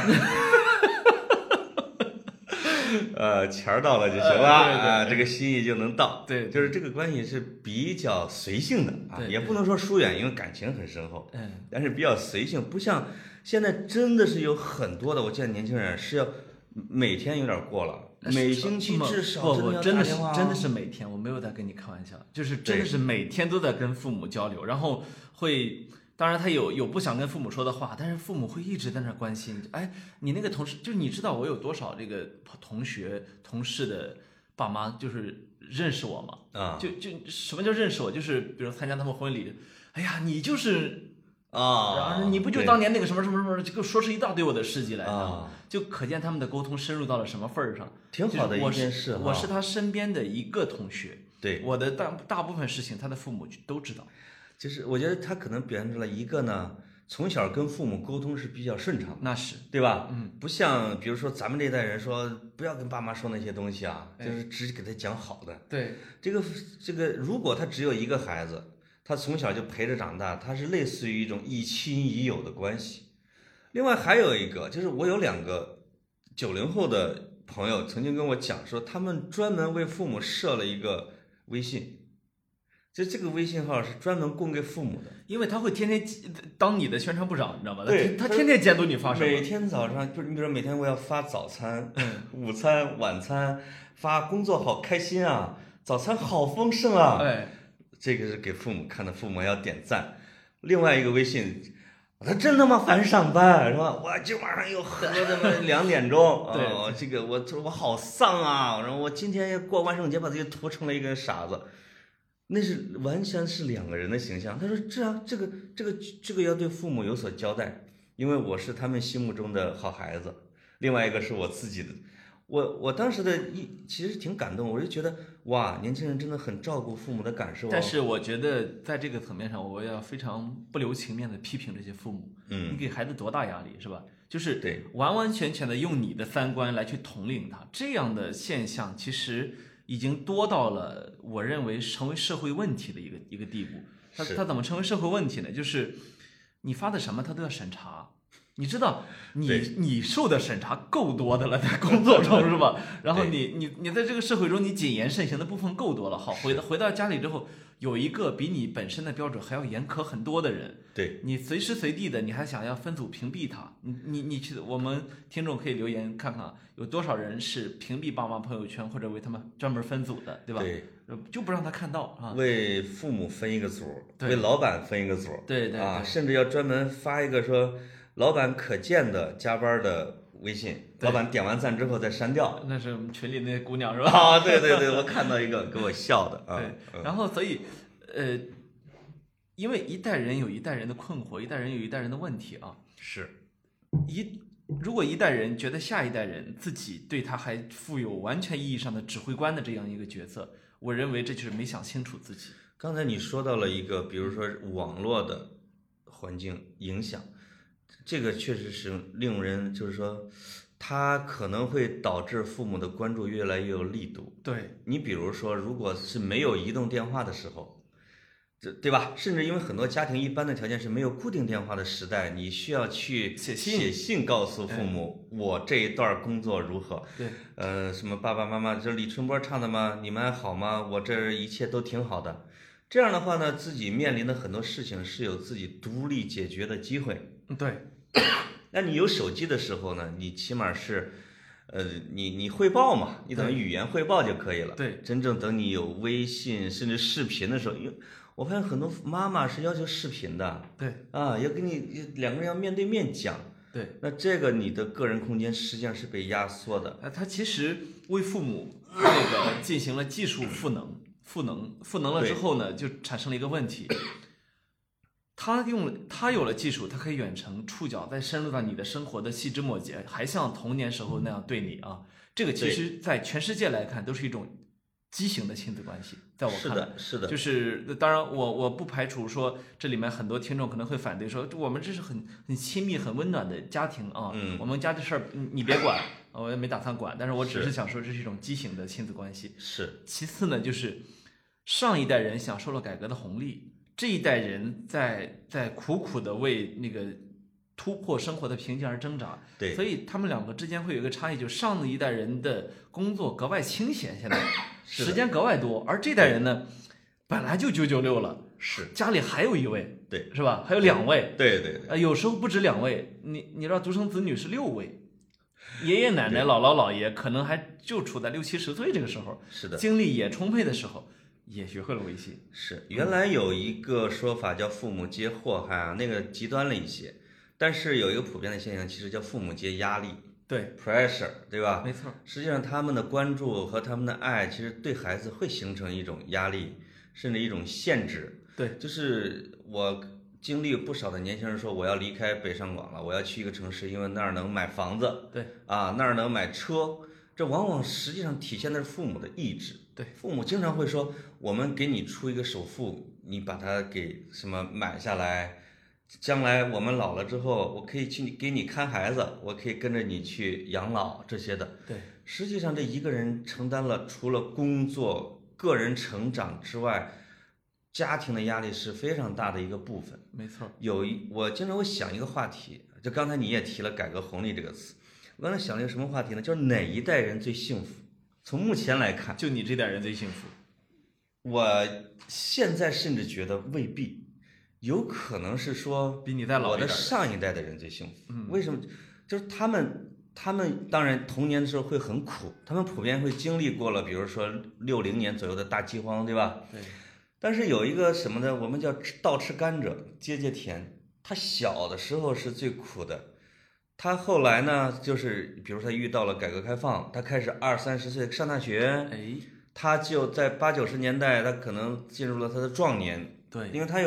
呃，钱儿到了就行了啊、呃，这个心意就能到。
对，
就是这个关系是比较随性的啊，也不能说疏远，因为感情很深厚。
嗯，
但是比较随性，不像现在真的是有很多的，我见年轻人是要每天有点过了，每星期至少
不不真的是
啊、
真的是每天，我没有在跟你开玩笑，就是真的是每天都在跟父母交流，然后会。当然，他有有不想跟父母说的话，但是父母会一直在那关心。哎，你那个同事，就是你知道我有多少这个同学、同事的爸妈，就是认识我吗？
啊，
就就什么叫认识我？就是比如参加他们婚礼，哎呀，你就是
啊，
然后你不就当年那个什么什么什么，就说出一大堆我的事迹来
啊，
就可见他们的沟通深入到了什么份儿上。
挺好的一件事哈。
我是他身边的一个同学，
对
我的大大部分事情，他的父母都知道。
就是我觉得他可能表现出来一个呢，从小跟父母沟通是比较顺畅，
那是
对吧？
嗯，
不像比如说咱们这代人说不要跟爸妈说那些东西啊，就是只给他讲好的。
对，
这个这个，如果他只有一个孩子，他从小就陪着长大，他是类似于一种一亲一友的关系。另外还有一个，就是我有两个九零后的朋友曾经跟我讲说，他们专门为父母设了一个微信。就这个微信号是专门供给父母的，
因为他会天天当你的宣传部长，你知道吗？
对，
他天天监督你发什么。
每天早上就是你比如说每天我要发早餐、午餐、晚餐，发工作好开心啊，早餐好丰盛啊。
哎，
这个是给父母看的，父母要点赞。另外一个微信，他真他妈烦上班是吧？我今晚上又喝他妈两点钟，
对、
哦，这个我我好丧啊！然后我今天过万圣节把自己涂成了一个傻子。那是完全是两个人的形象。他说：“这样，这个这个这个要对父母有所交代。 因为我是他们心目中的好孩子，另外一个是我自己的。我我当时的一其实挺感动，我就觉得哇，年轻人真的很照顾父母的感受、哦。
但是我觉得在这个层面上，我要非常不留情面的批评这些父母。
嗯，
你给孩子多大压力是吧？就是
对，
完完全全的用你的三观来去统领他，这样的现象其实已经多到了我认为成为社会问题的一个一个地步。他他怎么成为社会问题呢？就是你发的什么他都要审查。你知道你你受的审查够多的了，在工作中是吧？然后你你你在这个社会中你谨言慎行的部分够多了。好，回到回到家里之后，有一个比你本身的标准还要严苛很多的人，
对
你随时随地的你还想要分组屏蔽他，你你你去，我们听众可以留言看看有多少人是屏蔽爸妈朋友圈或者为他们专门分组的，对吧？
对，
就不让他看到啊。
为父母分一个组，为老板分一个组，
对 对, 对
啊，甚至要专门发一个说。老板可见的加班的微信，老板点完赞之后再删掉。
那是我们群里那姑娘是吧？
啊，对对对，我看到一个给我笑的啊。
对，然后所以，呃，因为一代人有一代人的困惑，一代人有一代人的问题啊。
是，
一如果一代人觉得下一代人自己对他还负有完全意义上的指挥官的这样一个角色，我认为这就是没想清楚自己。
刚才你说到了一个，比如说网络的环境影响。这个确实是令人就是说，它可能会导致父母的关注越来越有力度。
对，
你比如说，如果是没有移动电话的时候，这对吧？甚至因为很多家庭一般的条件是没有固定电话的时代，你需要去
写信
写信告诉父母、哎、我这一段工作如何。
对，
呃，什么爸爸妈妈，这李春波唱的吗？你们还好吗？我这一切都挺好的。这样的话呢，自己面临的很多事情是有自己独立解决的机会。
对。
那你有手机的时候呢，你起码是，呃，你你汇报嘛，你等于语言汇报就可以了。
对，
真正等你有微信甚至视频的时候，因为我发现很多妈妈是要求视频的。
对，
啊，要跟你两个人要面对面讲。
对，
那这个你的个人空间实际上是被压缩的。
呃，他其实为父母这个进行了技术赋能，赋能赋能了之后呢，就产生了一个问题。他用他有了技术，他可以远程触角再深入到你的生活的细枝末节，还像童年时候那样对你啊。这个其实在全世界来看都是一种畸形的亲子关系，在我看来，
是的，是的，
就是当然我我不排除说这里面很多听众可能会反对说，我们这是很很亲密很温暖的家庭啊，
嗯，
我们家的事儿你别管，我也没打算管，但是我只是想说这是一种畸形的亲子关系。
是。
其次呢，就是上一代人享受了改革的红利。这一代人在在苦苦的为那个突破生活的瓶颈而挣扎，
对，
所以他们两个之间会有一个差异，就上一代人的工作格外清闲，现在时间格外多，而这代人呢，本来就九九六了，
是
家里还有一位，
对，
是吧？还有两位，
对对对，
呃，有时候不止两位，你你知道独生子女是六位，爷爷奶奶、姥姥姥爷可能还就处在六七十岁这个时候，
是的，
精力也充沛的时候。也学会了微信。
是，原来有一个说法叫父母皆祸害啊，那个极端了一些，但是有一个普遍的现象，其实叫父母皆压力。
对
，pressure， 对吧？
没错。
实际上他们的关注和他们的爱，其实对孩子会形成一种压力，甚至一种限制。
对，
就是我经历不少的年轻人说，我要离开北上广了，我要去一个城市，因为那儿能买房子。
对，
啊，那儿能买车。这往往实际上体现的是父母的意志。
对，
父母经常会说，我们给你出一个首付，你把它给什么买下来，将来我们老了之后，我可以去给你看孩子，我可以跟着你去养老这些的。
对，
实际上这一个人承担了除了工作、个人成长之外，家庭的压力是非常大的一个部分。
没错，
有一我经常会想一个话题，就刚才你也提了改革红利这个词，我刚才想了一个什么话题呢？就是哪一代人最幸福？从目前来看，
就你这代人最幸福。
我现在甚至觉得未必，有可能是说
比你再老一点，
我的上一代的人最幸福。
嗯，
为什么？就是他们，他们当然童年的时候会很苦，他们普遍会经历过了，比如说六零年左右的大饥荒，对吧？
对。
但是有一个什么呢？我们叫倒吃甘蔗，接接甜。他小的时候是最苦的。他后来呢，就是比如他遇到了改革开放，他开始二三十岁上大学，
哎，
他就在八九十年代，他可能进入了他的壮年，
对，
因为他有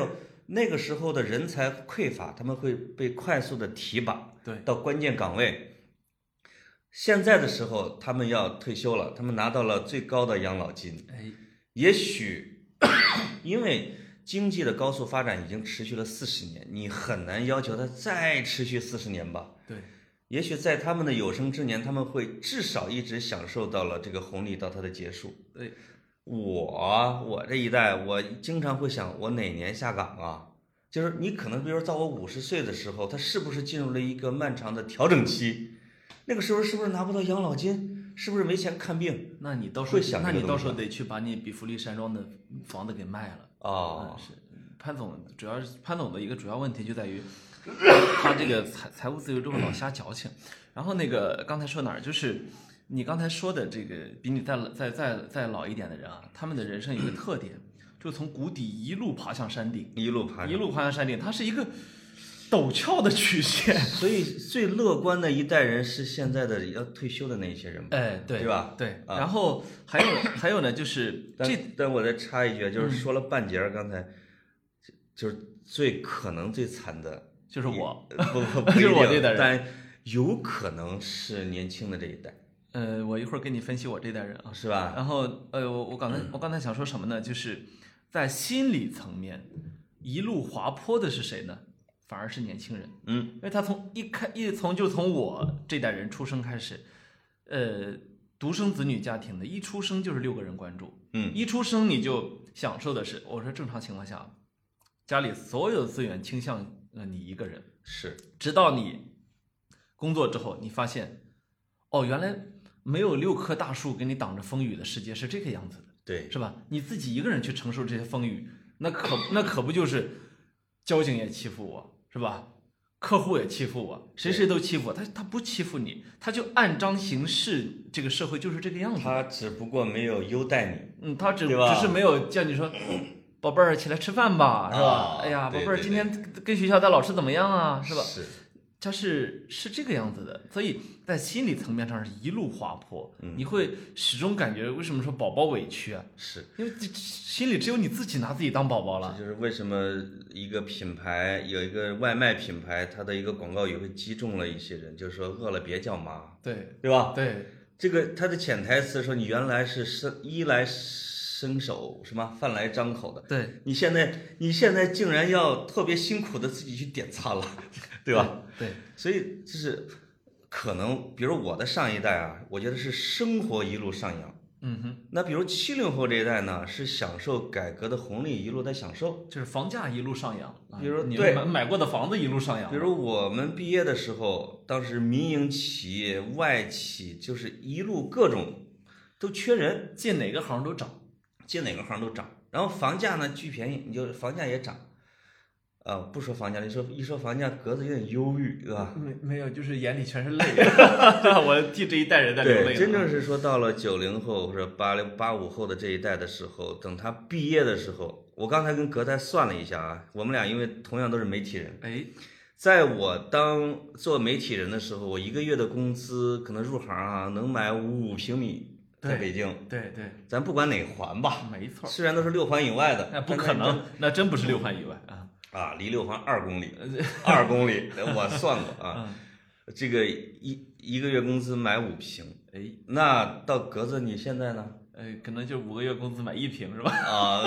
那个时候的人才匮乏，他们会被快速的提拔，
对，
到关键岗位。现在的时候，他们要退休了，他们拿到了最高的养老金。
哎，
也许因为经济的高速发展已经持续了四十年，你很难要求它再持续四十年吧？
对。
也许在他们的有生之年，他们会至少一直享受到了这个红利到它的结束。
对，
我我这一代，我经常会想，我哪年下岗啊？就是你可能，比如说到我五十岁的时候，他是不是进入了一个漫长的调整期？那个时候是不是拿不到养老金？是不是没钱看病？
那你到时候
会想这个东西，
那你到时候得去把你比弗利山庄的房子给卖了。
哦，
嗯、是潘总，主要是潘总的一个主要问题就在于。他这个财财务自由之后老瞎矫情，然后那个刚才说哪儿，就是你刚才说的这个比你再再再再老一点的人啊，他们的人生有一个特点，就是从谷底一路爬向山顶，
一路爬
一路爬向山顶，它是一个陡峭的曲线。
所以最乐观的一代人是现在的要退休的那些人吧？
哎，对，
对吧？
对。
啊、
然后还有还有呢，就是这，
但我再插一句，就是说了半截儿，刚才就是最可能最惨的。
就是我，
不不不，
就是我这代人，
但有可能是年轻的这一代。
呃，我一会儿给你分析我这代人啊，
是吧？
然后，呃，我我刚才我刚才想说什么呢？就是在心理层面，一路滑坡的是谁呢？反而是年轻人。
嗯，
因为他从一开一从就从我这代人出生开始，呃，独生子女家庭的，一出生就是六个人关注。
嗯，
一出生你就享受的是，我说正常情况下，家里所有的资源倾向。呃，你一个人
是，
直到你工作之后，你发现，哦，原来没有六棵大树给你挡着风雨的世界是这个样子的，
对，
是吧？你自己一个人去承受这些风雨，那可那可不就是交警也欺负我，是吧？客户也欺负我，谁谁都欺负我，他他不欺负你，他就按章行事，这个社会就是这个样子。
他只不过没有优待你，
嗯，他只只是没有叫你说。宝贝儿，起来吃饭吧，是吧？
哦、
哎呀，宝贝儿，
对对对
今天跟学校的老师怎么样啊？是吧？
是，
他是是这个样子的，所以在心理层面上是一路滑坡。嗯、你会始终感觉，为什么说宝宝委屈啊？
是
因为心里只有你自己拿自己当宝宝了。
这就是为什么一个品牌有一个外卖品牌，它的一个广告语会击中了一些人，就是说饿了别叫妈，
对
对吧？
对，
这个它的潜台词说你原来是生衣来伸手什么饭来张口的，
对，
你现在你现在竟然要特别辛苦的自己去点餐了，对吧？
对，对，
所以就是可能，比如我的上一代啊，我觉得是生活一路上扬，
嗯哼，
那比如七零后这一代呢，是享受改革的红利一路在享受，
就是房价一路上扬，
比如
你
对
买买过的房子一路上扬，
比如我们毕业的时候，当时民营企业、外企就是一路各种都缺人，
进哪个行都涨。
进哪个行都涨，然后房价呢巨便宜，你就房价也涨，啊、呃，不说房价，你说一说房价，格子有点忧郁，对吧？
没没有，就是眼里全是泪，我替这一代人在流泪。
对，真正是说到了九零后或者八零八五后的这一代的时候，等他毕业的时候，我刚才跟格仔算了一下啊，我们俩因为同样都是媒体人，
哎，
在我当做媒体人的时候，我一个月的工资可能入行啊能买五平米。在北京，
对对，
咱不管哪环吧，
没错，
虽然都是六环以外的，
那不可能，那真不是六环以外啊
啊，离六环二公里，二公里，我算过啊，
嗯、
这个一一个月工资买五平，
哎，
那到格子你现在呢？
呃，可能就五个月工资买一平是吧？
啊，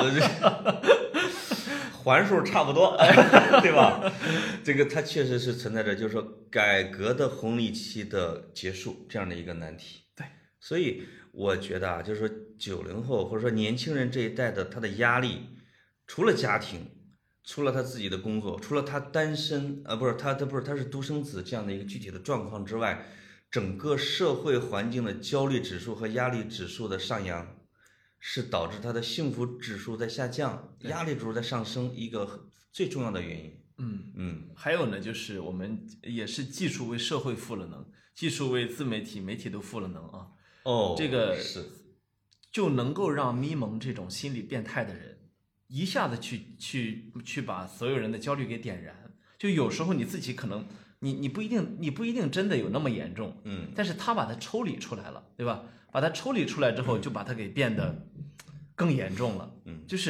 环数差不多，对吧？这个它确实是存在着，就是说改革的红利期的结束这样的一个难题。
对，
所以。我觉得啊，就是说九零后或者说年轻人这一代的他的压力，除了家庭，除了他自己的工作，除了他单身啊，不是他他不是他是独生子这样的一个具体的状况之外，整个社会环境的焦虑指数和压力指数的上扬，是导致他的幸福指数在下降，压力指数在上升一个最重要的原因。
嗯
嗯，
还有呢，就是我们也是技术为社会赋了能，技术为自媒体、媒体都赋了能啊。
哦，
这个
是
就能够让咪蒙这种心理变态的人一下子去去去把所有人的焦虑给点燃。就有时候你自己可能你你不一定你不一定真的有那么严重，
嗯，
但是他把它抽离出来了，对吧？把它抽离出来之后，就把它给变得更严重了。
嗯，
就是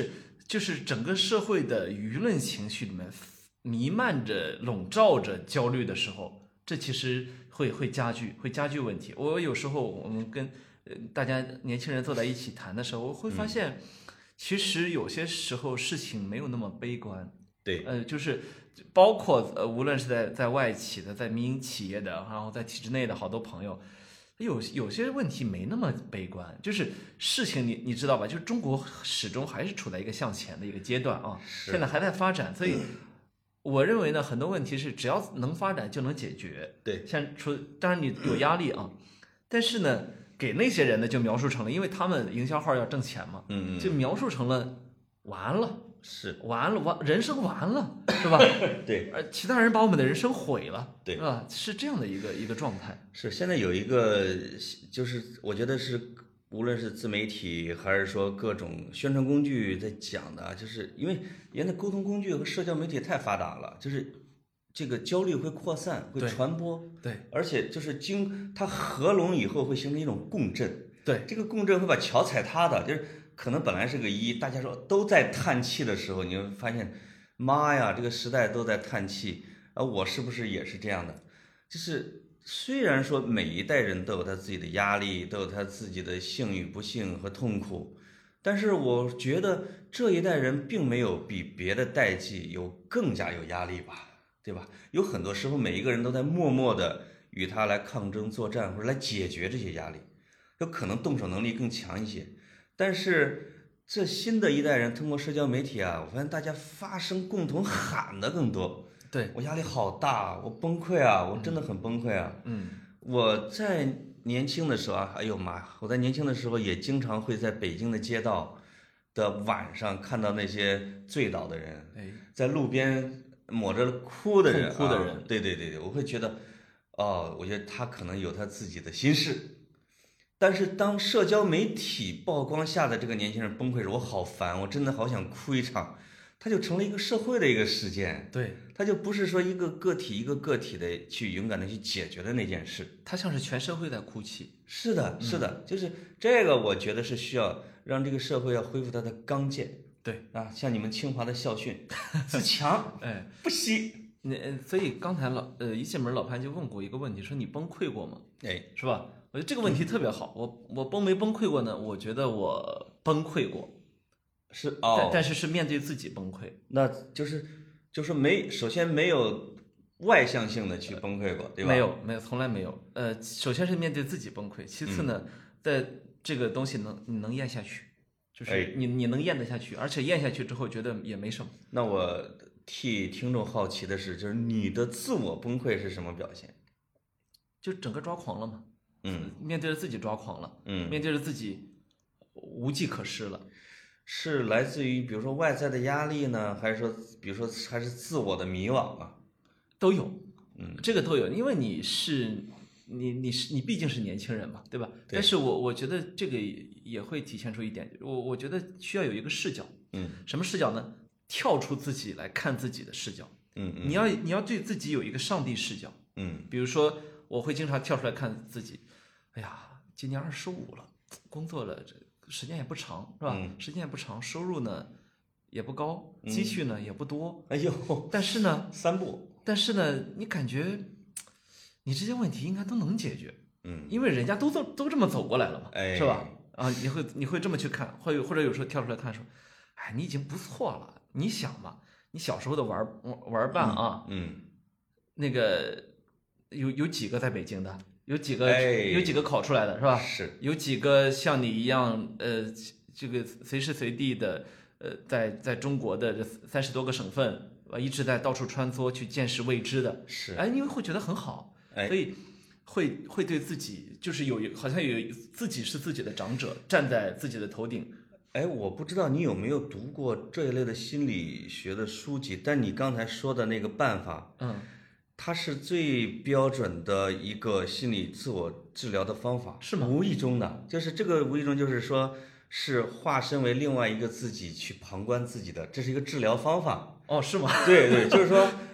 就是整个社会的舆论情绪里面弥漫着、笼罩着焦虑的时候，这其实会会加剧，会加剧问题。我有时候我们跟呃大家年轻人坐在一起谈的时候，我会发现，其实有些时候事情没有那么悲观。
对，
呃，就是包括呃，无论是在在外企的，在民营企业的，然后在体制内的好多朋友，有有些问题没那么悲观，就是事情你你知道吧？就是中国始终还是处在一个向前的一个阶段啊，现在还在发展，所以我认为呢，很多问题是只要能发展就能解决。
对，
像除当然你有压力啊，但是呢，给那些人呢就描述成了，因为他们营销号要挣钱嘛，
嗯嗯，
就描述成了完了。
是
完了，完人生完了，是吧？
对，
而其他人把我们的人生毁了，
对，
是吧？是这样的一个一个状态。
是现在有一个，就是我觉得是，无论是自媒体还是说各种宣传工具在讲的，就是因为现在沟通工具和社交媒体太发达了，就是这个焦虑会扩散，会传播，
对，
而且就是经它合拢以后会形成一种共振，
对，
这个共振会把桥踩塌的，就是。可能本来是个一，大家说都在叹气的时候，你会发现，妈呀，这个时代都在叹气，啊，我是不是也是这样的？就是虽然说每一代人都有他自己的压力，都有他自己的幸与不幸和痛苦，但是我觉得这一代人并没有比别的代际有更加有压力吧，对吧？有很多时候每一个人都在默默的与他来抗争作战，或者来解决这些压力，有可能动手能力更强一些。但是这新的一代人通过社交媒体啊，我发现大家发声共同喊的更多。
对，
我压力好大，我崩溃啊，我真的很崩溃啊。
嗯，
我在年轻的时候啊，哎呦妈，我在年轻的时候也经常会在北京的街道的晚上看到那些醉倒的人，
哎，
在路边抹着哭的人，
哭的人，
啊，对对对对，我会觉得，哦，我觉得他可能有他自己的心事。但是当社交媒体曝光下的这个年轻人崩溃时，我好烦，我真的好想哭一场。它就成了一个社会的一个事件，
对，
它就不是说一个个体一个个体的去勇敢的去解决的那件事，
它像是全社会在哭泣。
是的，是的，嗯、就是这个，我觉得是需要让这个社会要恢复它的刚健。
对
啊，像你们清华的校训，自强，
哎，
不息。
那所以刚才老呃一进门老潘就问过一个问题，说你崩溃过吗？
哎，
是吧？我觉得这个问题特别好。我我崩没崩溃过呢？我觉得我崩溃过。
是哦，
但但是是面对自己崩溃，
那就是就是没，首先没有外向性的去崩溃过，对吧？
没有，没有，从来没有。呃，首先是面对自己崩溃，其次呢，嗯、在这个东西能你能咽下去，就是你你能咽得下去，而且咽下去之后觉得也没什么。
那我替听众好奇的是，就是你的自我崩溃是什么表现？
就整个抓狂了嘛，
嗯，
面对着自己抓狂了，
嗯，
面对着自己无计可施了。
是来自于比如说外在的压力呢，还是说比如说还是自我的迷惘啊？
都有，
嗯，
这个都有，因为你是你你是你毕竟是年轻人嘛，对吧？
对。
但是我我觉得这个也会体现出一点，我我觉得需要有一个视角，
嗯，
什么视角呢？跳出自己来看自己的视角，
嗯嗯，
你要你要对自己有一个上帝视角，
嗯，
比如说我会经常跳出来看自己，哎呀，今年二十五了，工作了这。时间也不长，是吧？
嗯、
时间也不长，收入呢也不高，积蓄呢、嗯、也不多。
哎呦，
但是呢，
三步。
但是呢，你感觉你这些问题应该都能解决，
嗯，
因为人家都都都这么走过来了嘛，
哎、
是吧？啊，你会你会这么去看，或者或者有时候跳出来看说，哎，你已经不错了。你想嘛，你小时候的玩玩伴啊，
嗯，嗯
那个有有几个在北京的？有几个、
哎、
有几个考出来的是吧？
是
有几个像你一样，呃，这个随时随地的，呃，在在中国的这三十多个省份，呃，一直在到处穿梭去见识未知的，
是，
哎，你会觉得很好，
哎，
所以会会对自己就是有好像有自己是自己的长者，站在自己的头顶。
哎，我不知道你有没有读过这一类的心理学的书籍，但你刚才说的那个办法，
嗯。
它是最标准的一个心理自我治疗的方法，
是吗？
无意中的，就是这个无意中就是说，是化身为另外一个自己去旁观自己的，这是一个治疗方法。
哦，是吗？
对对，就是说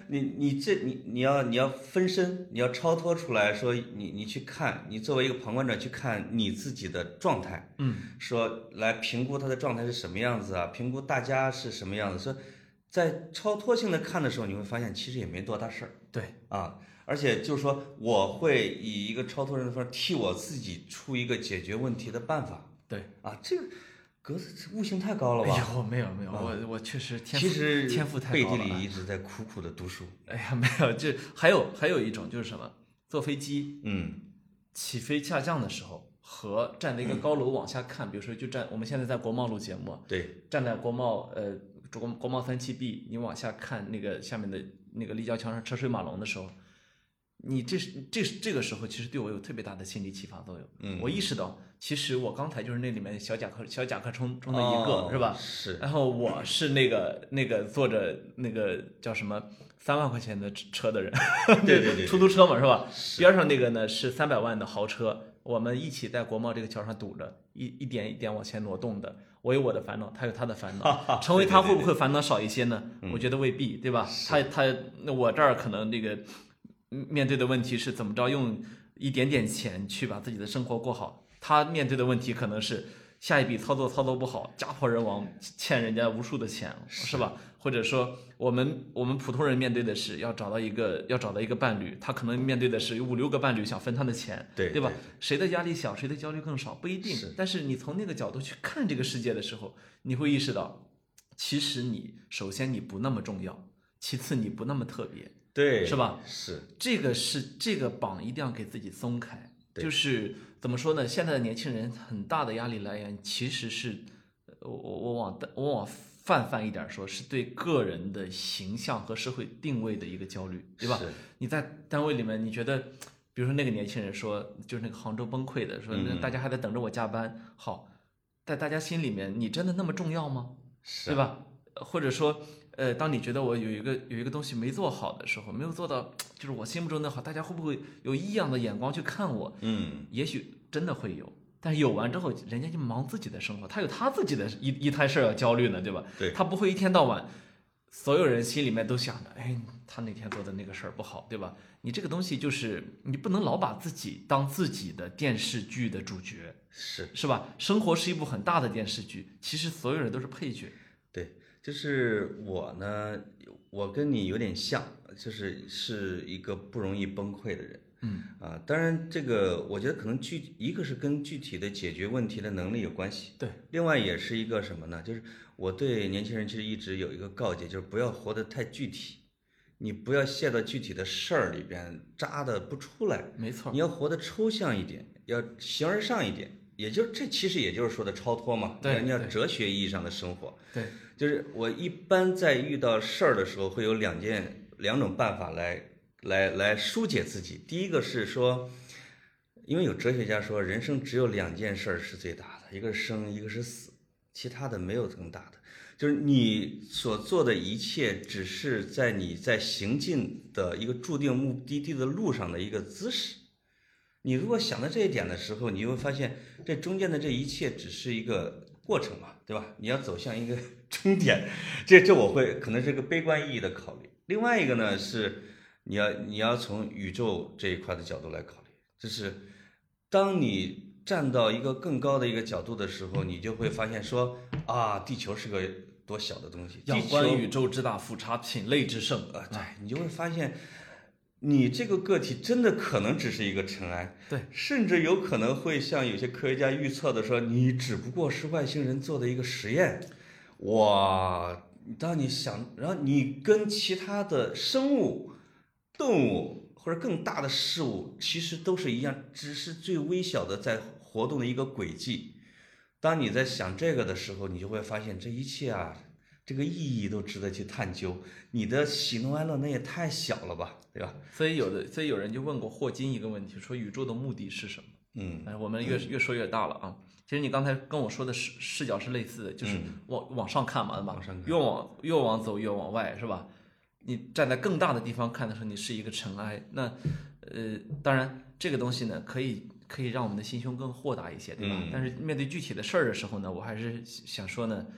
你你这你你要你要分身，你要超脱出来说，你你去看，你作为一个旁观者去看你自己的状态，
嗯，
说来评估他的状态是什么样子啊，评估大家是什么样子，说在超脱性的看的时候，你会发现其实也没多大事儿，
对
啊，而且就是说我会以一个超脱人的方式替我自己出一个解决问题的办法，
对
啊，这个。格子悟性太高了吧？
哎呦，没有没有，我我确实天赋
其实
天赋太
背
高了。
地里一直在苦苦的读书。
哎呀，没有，这还有还有一种就是什么？坐飞机，
嗯，
起飞下降的时候和站在一个高楼往下看，比如说就站我们现在在国贸录节目，
对，
站在国贸呃国国贸三期 B， 你往下看那个下面的那个立交桥上车水马龙的时候，你这是这是这个时候其实对我有特别大的心理启发作用。
嗯，
我意识到。其实我刚才就是那里面小甲壳小甲壳虫中的一个，
哦、
是吧？
是。
然后我是那个那个坐着那个叫什么三万块钱的车的人，
对对对，
出租车嘛，是吧？
是
边上那个呢是三百万的豪车，我们一起在国贸这个桥上堵着，一一点一点往前挪动的。我有我的烦恼，他有他的烦恼，成为他会不会烦恼少一些呢？
对对对，
我觉得未必，对吧？他他那我这儿可能这个面对的问题是怎么着用一点点钱去把自己的生活过好。他面对的问题可能是下一笔操作操作不好，家破人亡，欠人家无数的钱，是吧？或者说我们我们普通人面对的是要找到一个要找到一个伴侣，他可能面对的是有五六个伴侣想分他的钱，
对
对吧？谁的压力小，谁的焦虑更少，不一定。
是
但是你从那个角度去看这个世界的时候，你会意识到，其实你首先你不那么重要，其次你不那么特别，
对，
是吧？
是
这个是这个绑一定要给自己松开。就是怎么说呢？现在的年轻人很大的压力来源其实是，我我往我往泛泛一点说，是对个人的形象和社会定位的一个焦虑，对吧？你在单位里面，你觉得，比如说那个年轻人说，就是那个杭州崩溃的，说大家还在等着我加班，嗯、好，在大家心里面，你真的那么重要吗？对吧？或者说。呃，当你觉得我有一个有一个东西没做好的时候，没有做到，就是我心目中的好，大家会不会有异样的眼光去看我？
嗯，
也许真的会有，但是有完之后，人家就忙自己的生活，他有他自己的一一摊事儿要焦虑呢，对吧？
对，
他不会一天到晚，所有人心里面都想着，哎，他那天做的那个事儿不好，对吧？你这个东西就是你不能老把自己当自己的电视剧的主角，
是
是吧？生活是一部很大的电视剧，其实所有人都是配角。
对。就是我呢，我跟你有点像，就是是一个不容易崩溃的人，
嗯
啊，当然这个我觉得可能具一个是跟具体的解决问题的能力有关系，
对，
另外也是一个什么呢？就是我对年轻人其实一直有一个告诫，就是不要活得太具体，你不要陷到具体的事儿里边扎的不出来，
没错，
你要活得抽象一点，要形而上一点。也就这其实也就是说的超脱嘛，
对，
你要哲学意义上的生活。
对，
就是我一般在遇到事儿的时候，会有两件两种办法来来来疏解自己。第一个是说，因为有哲学家说，人生只有两件事儿是最大的，一个是生，一个是死，其他的没有更大的。就是你所做的一切，只是在你在行进的一个注定目的地的路上的一个姿势。你如果想到这一点的时候，你会发现这中间的这一切只是一个过程嘛，对吧？你要走向一个终点，这这我会可能是一个悲观意义的考虑。另外一个呢是你要你要从宇宙这一块的角度来考虑，就是当你站到一个更高的一个角度的时候，你就会发现说啊，地球是个多小的东西，
仰观宇宙之大，俯察品类之盛
啊，对，你就会发现。你这个个体真的可能只是一个尘埃，
对，
甚至有可能会像有些科学家预测的说，你只不过是外星人做的一个实验。哇，当你想，然后你跟其他的生物、动物或者更大的事物，其实都是一样，只是最微小的在活动的一个轨迹。当你在想这个的时候，你就会发现这一切啊。这个意义都值得去探究，你的喜怒哀乐那也太小了吧，对吧？
所以有的，所以有人就问过霍金一个问题，说宇宙的目的是什么？
嗯，
哎，我们越越说越大了啊。其实你刚才跟我说的视视角是类似的，就是往、嗯、往上看嘛，
往上看，
越往越往走越往外，是吧？你站在更大的地方看的时候，你是一个尘埃。那呃，当然这个东西呢，可以可以让我们的心胸更豁达一些，对吧？
嗯、
但是面对具体的事儿的时候呢，我还是想说呢。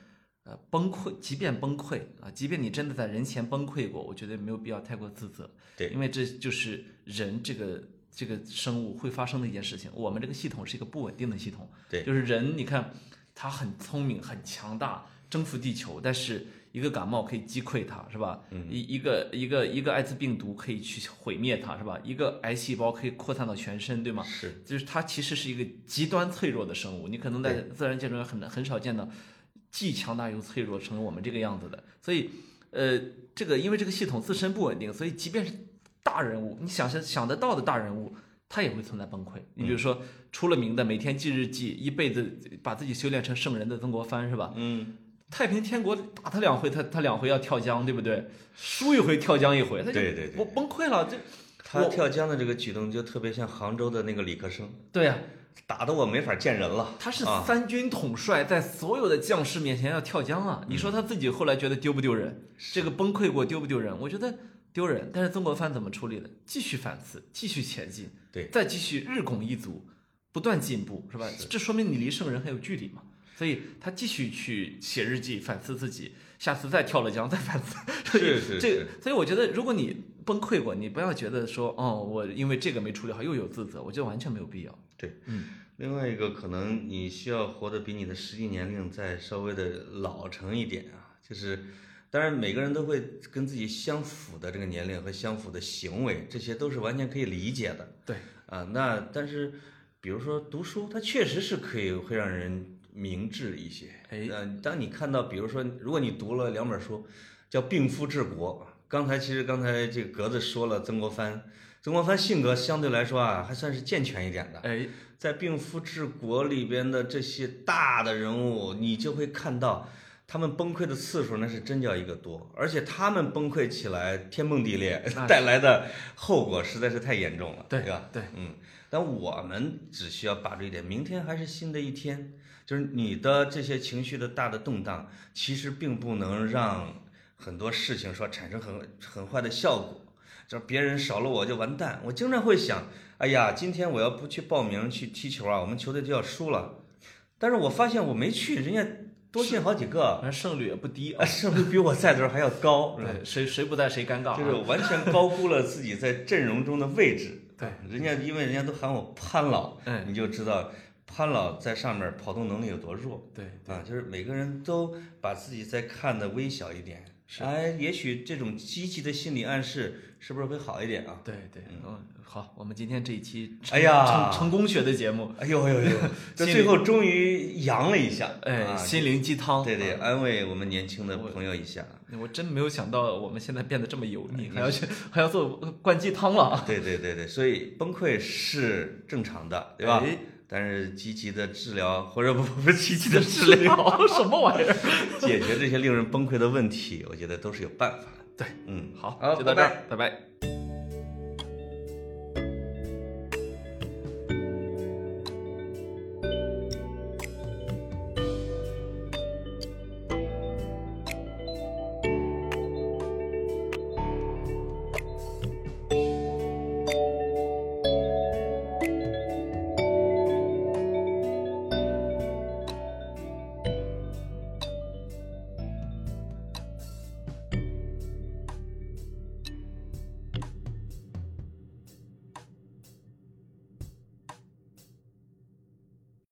呃，崩溃，即便崩溃啊，即便你真的在人前崩溃过，我觉得没有必要太过自责。
对，
因为这就是人这个这个生物会发生的一件事情。我们这个系统是一个不稳定的系统。
对，
就是人，你看他很聪明、很强大，征服地球，但是一个感冒可以击溃它，是吧？
嗯，
一一个一个一个艾滋病毒可以去毁灭它，是吧？一个癌细胞可以扩散到全身，对吗？
是，
就是它其实是一个极端脆弱的生物，你可能在自然界中很很少见到既强大又脆弱成我们这个样子的。所以，呃，这个因为这个系统自身不稳定，所以即便是大人物，你想想想得到的大人物，他也会存在崩溃。你比如说出了名的每天记日记，一辈子把自己修炼成圣人的曾国藩，是吧？
嗯。
太平天国打他两回，他他两回要跳江，对不对？输一回跳江一回，他就
对对对，
我崩溃了。这
他跳江的这个举动就特别像杭州的那个李克生。
对呀、啊，
打得我没法见人了。
他是三军统帅，在所有的将士面前要跳江啊！你说他自己后来觉得丢不丢人？嗯、这个崩溃过丢不丢人？我觉得丢人。但是曾国藩怎么处理的？继续反思，继续前进，
对，
再继续日拱一卒，不断进步，是吧？是这说明你离圣人还有距离嘛。所以他继续去写日记，反思自己，下次再跳了江，再反思。
是是
这，所以我觉得，如果你崩溃过，你不要觉得说，哦，我因为这个没处理好又有自责，我觉得完全没有必要。
对，
嗯。
另外一个，可能你需要活得比你的实际年龄再稍微的老成一点啊，就是，当然每个人都会跟自己相符的这个年龄和相符的行为，这些都是完全可以理解的。
对，
啊，那但是，比如说读书，它确实是可以会让人明智一些。
哎，
呃，当你看到，比如说，如果你读了两本书，叫《病夫治国》，刚才其实刚才这个格子说了曾国藩，曾国藩性格相对来说啊，还算是健全一点的。
哎，
在《病夫治国》里边的这些大的人物，你就会看到他们崩溃的次数那是真叫一个多，而且他们崩溃起来天崩地裂带来的后果实在是太严重了，
对
吧？
对，
嗯，但我们只需要把这一点，明天还是新的一天。就是你的这些情绪的大的动荡，其实并不能让很多事情说产生很很坏的效果。就是别人少了我就完蛋。我经常会想，哎呀，今天我要不去报名去踢球啊，我们球队就要输了。但是我发现我没去，人家多进好几个，
胜率也不低
啊，胜率比我在的时候还要高。
对，谁谁不在谁尴尬，
就是完全高估了自己在阵容中的位置。
对，
人家因为人家都喊我潘老，
嗯，
你就知道。潘老在上面跑动能力有多弱？
对
啊，就是每个人都把自己再看得微小一点，哎，也许这种积极的心理暗示是不是会好一点啊？
对对，嗯，好，我们今天这一期，
哎呀，
成成功学的节目，
哎呦呦呦，这最后终于扬了一下，
哎，心灵鸡汤，
对对，安慰我们年轻的朋友一下。
我真没有想到我们现在变得这么油腻，还要去还要做灌鸡汤了。
对对对对，所以崩溃是正常的，对吧？但是积极的治疗，或者不不积极的治疗，
什么玩意儿？
解决这些令人崩溃的问题，我觉得都是有办法的。
对，
嗯，
好，
好，
就到这儿，拜拜。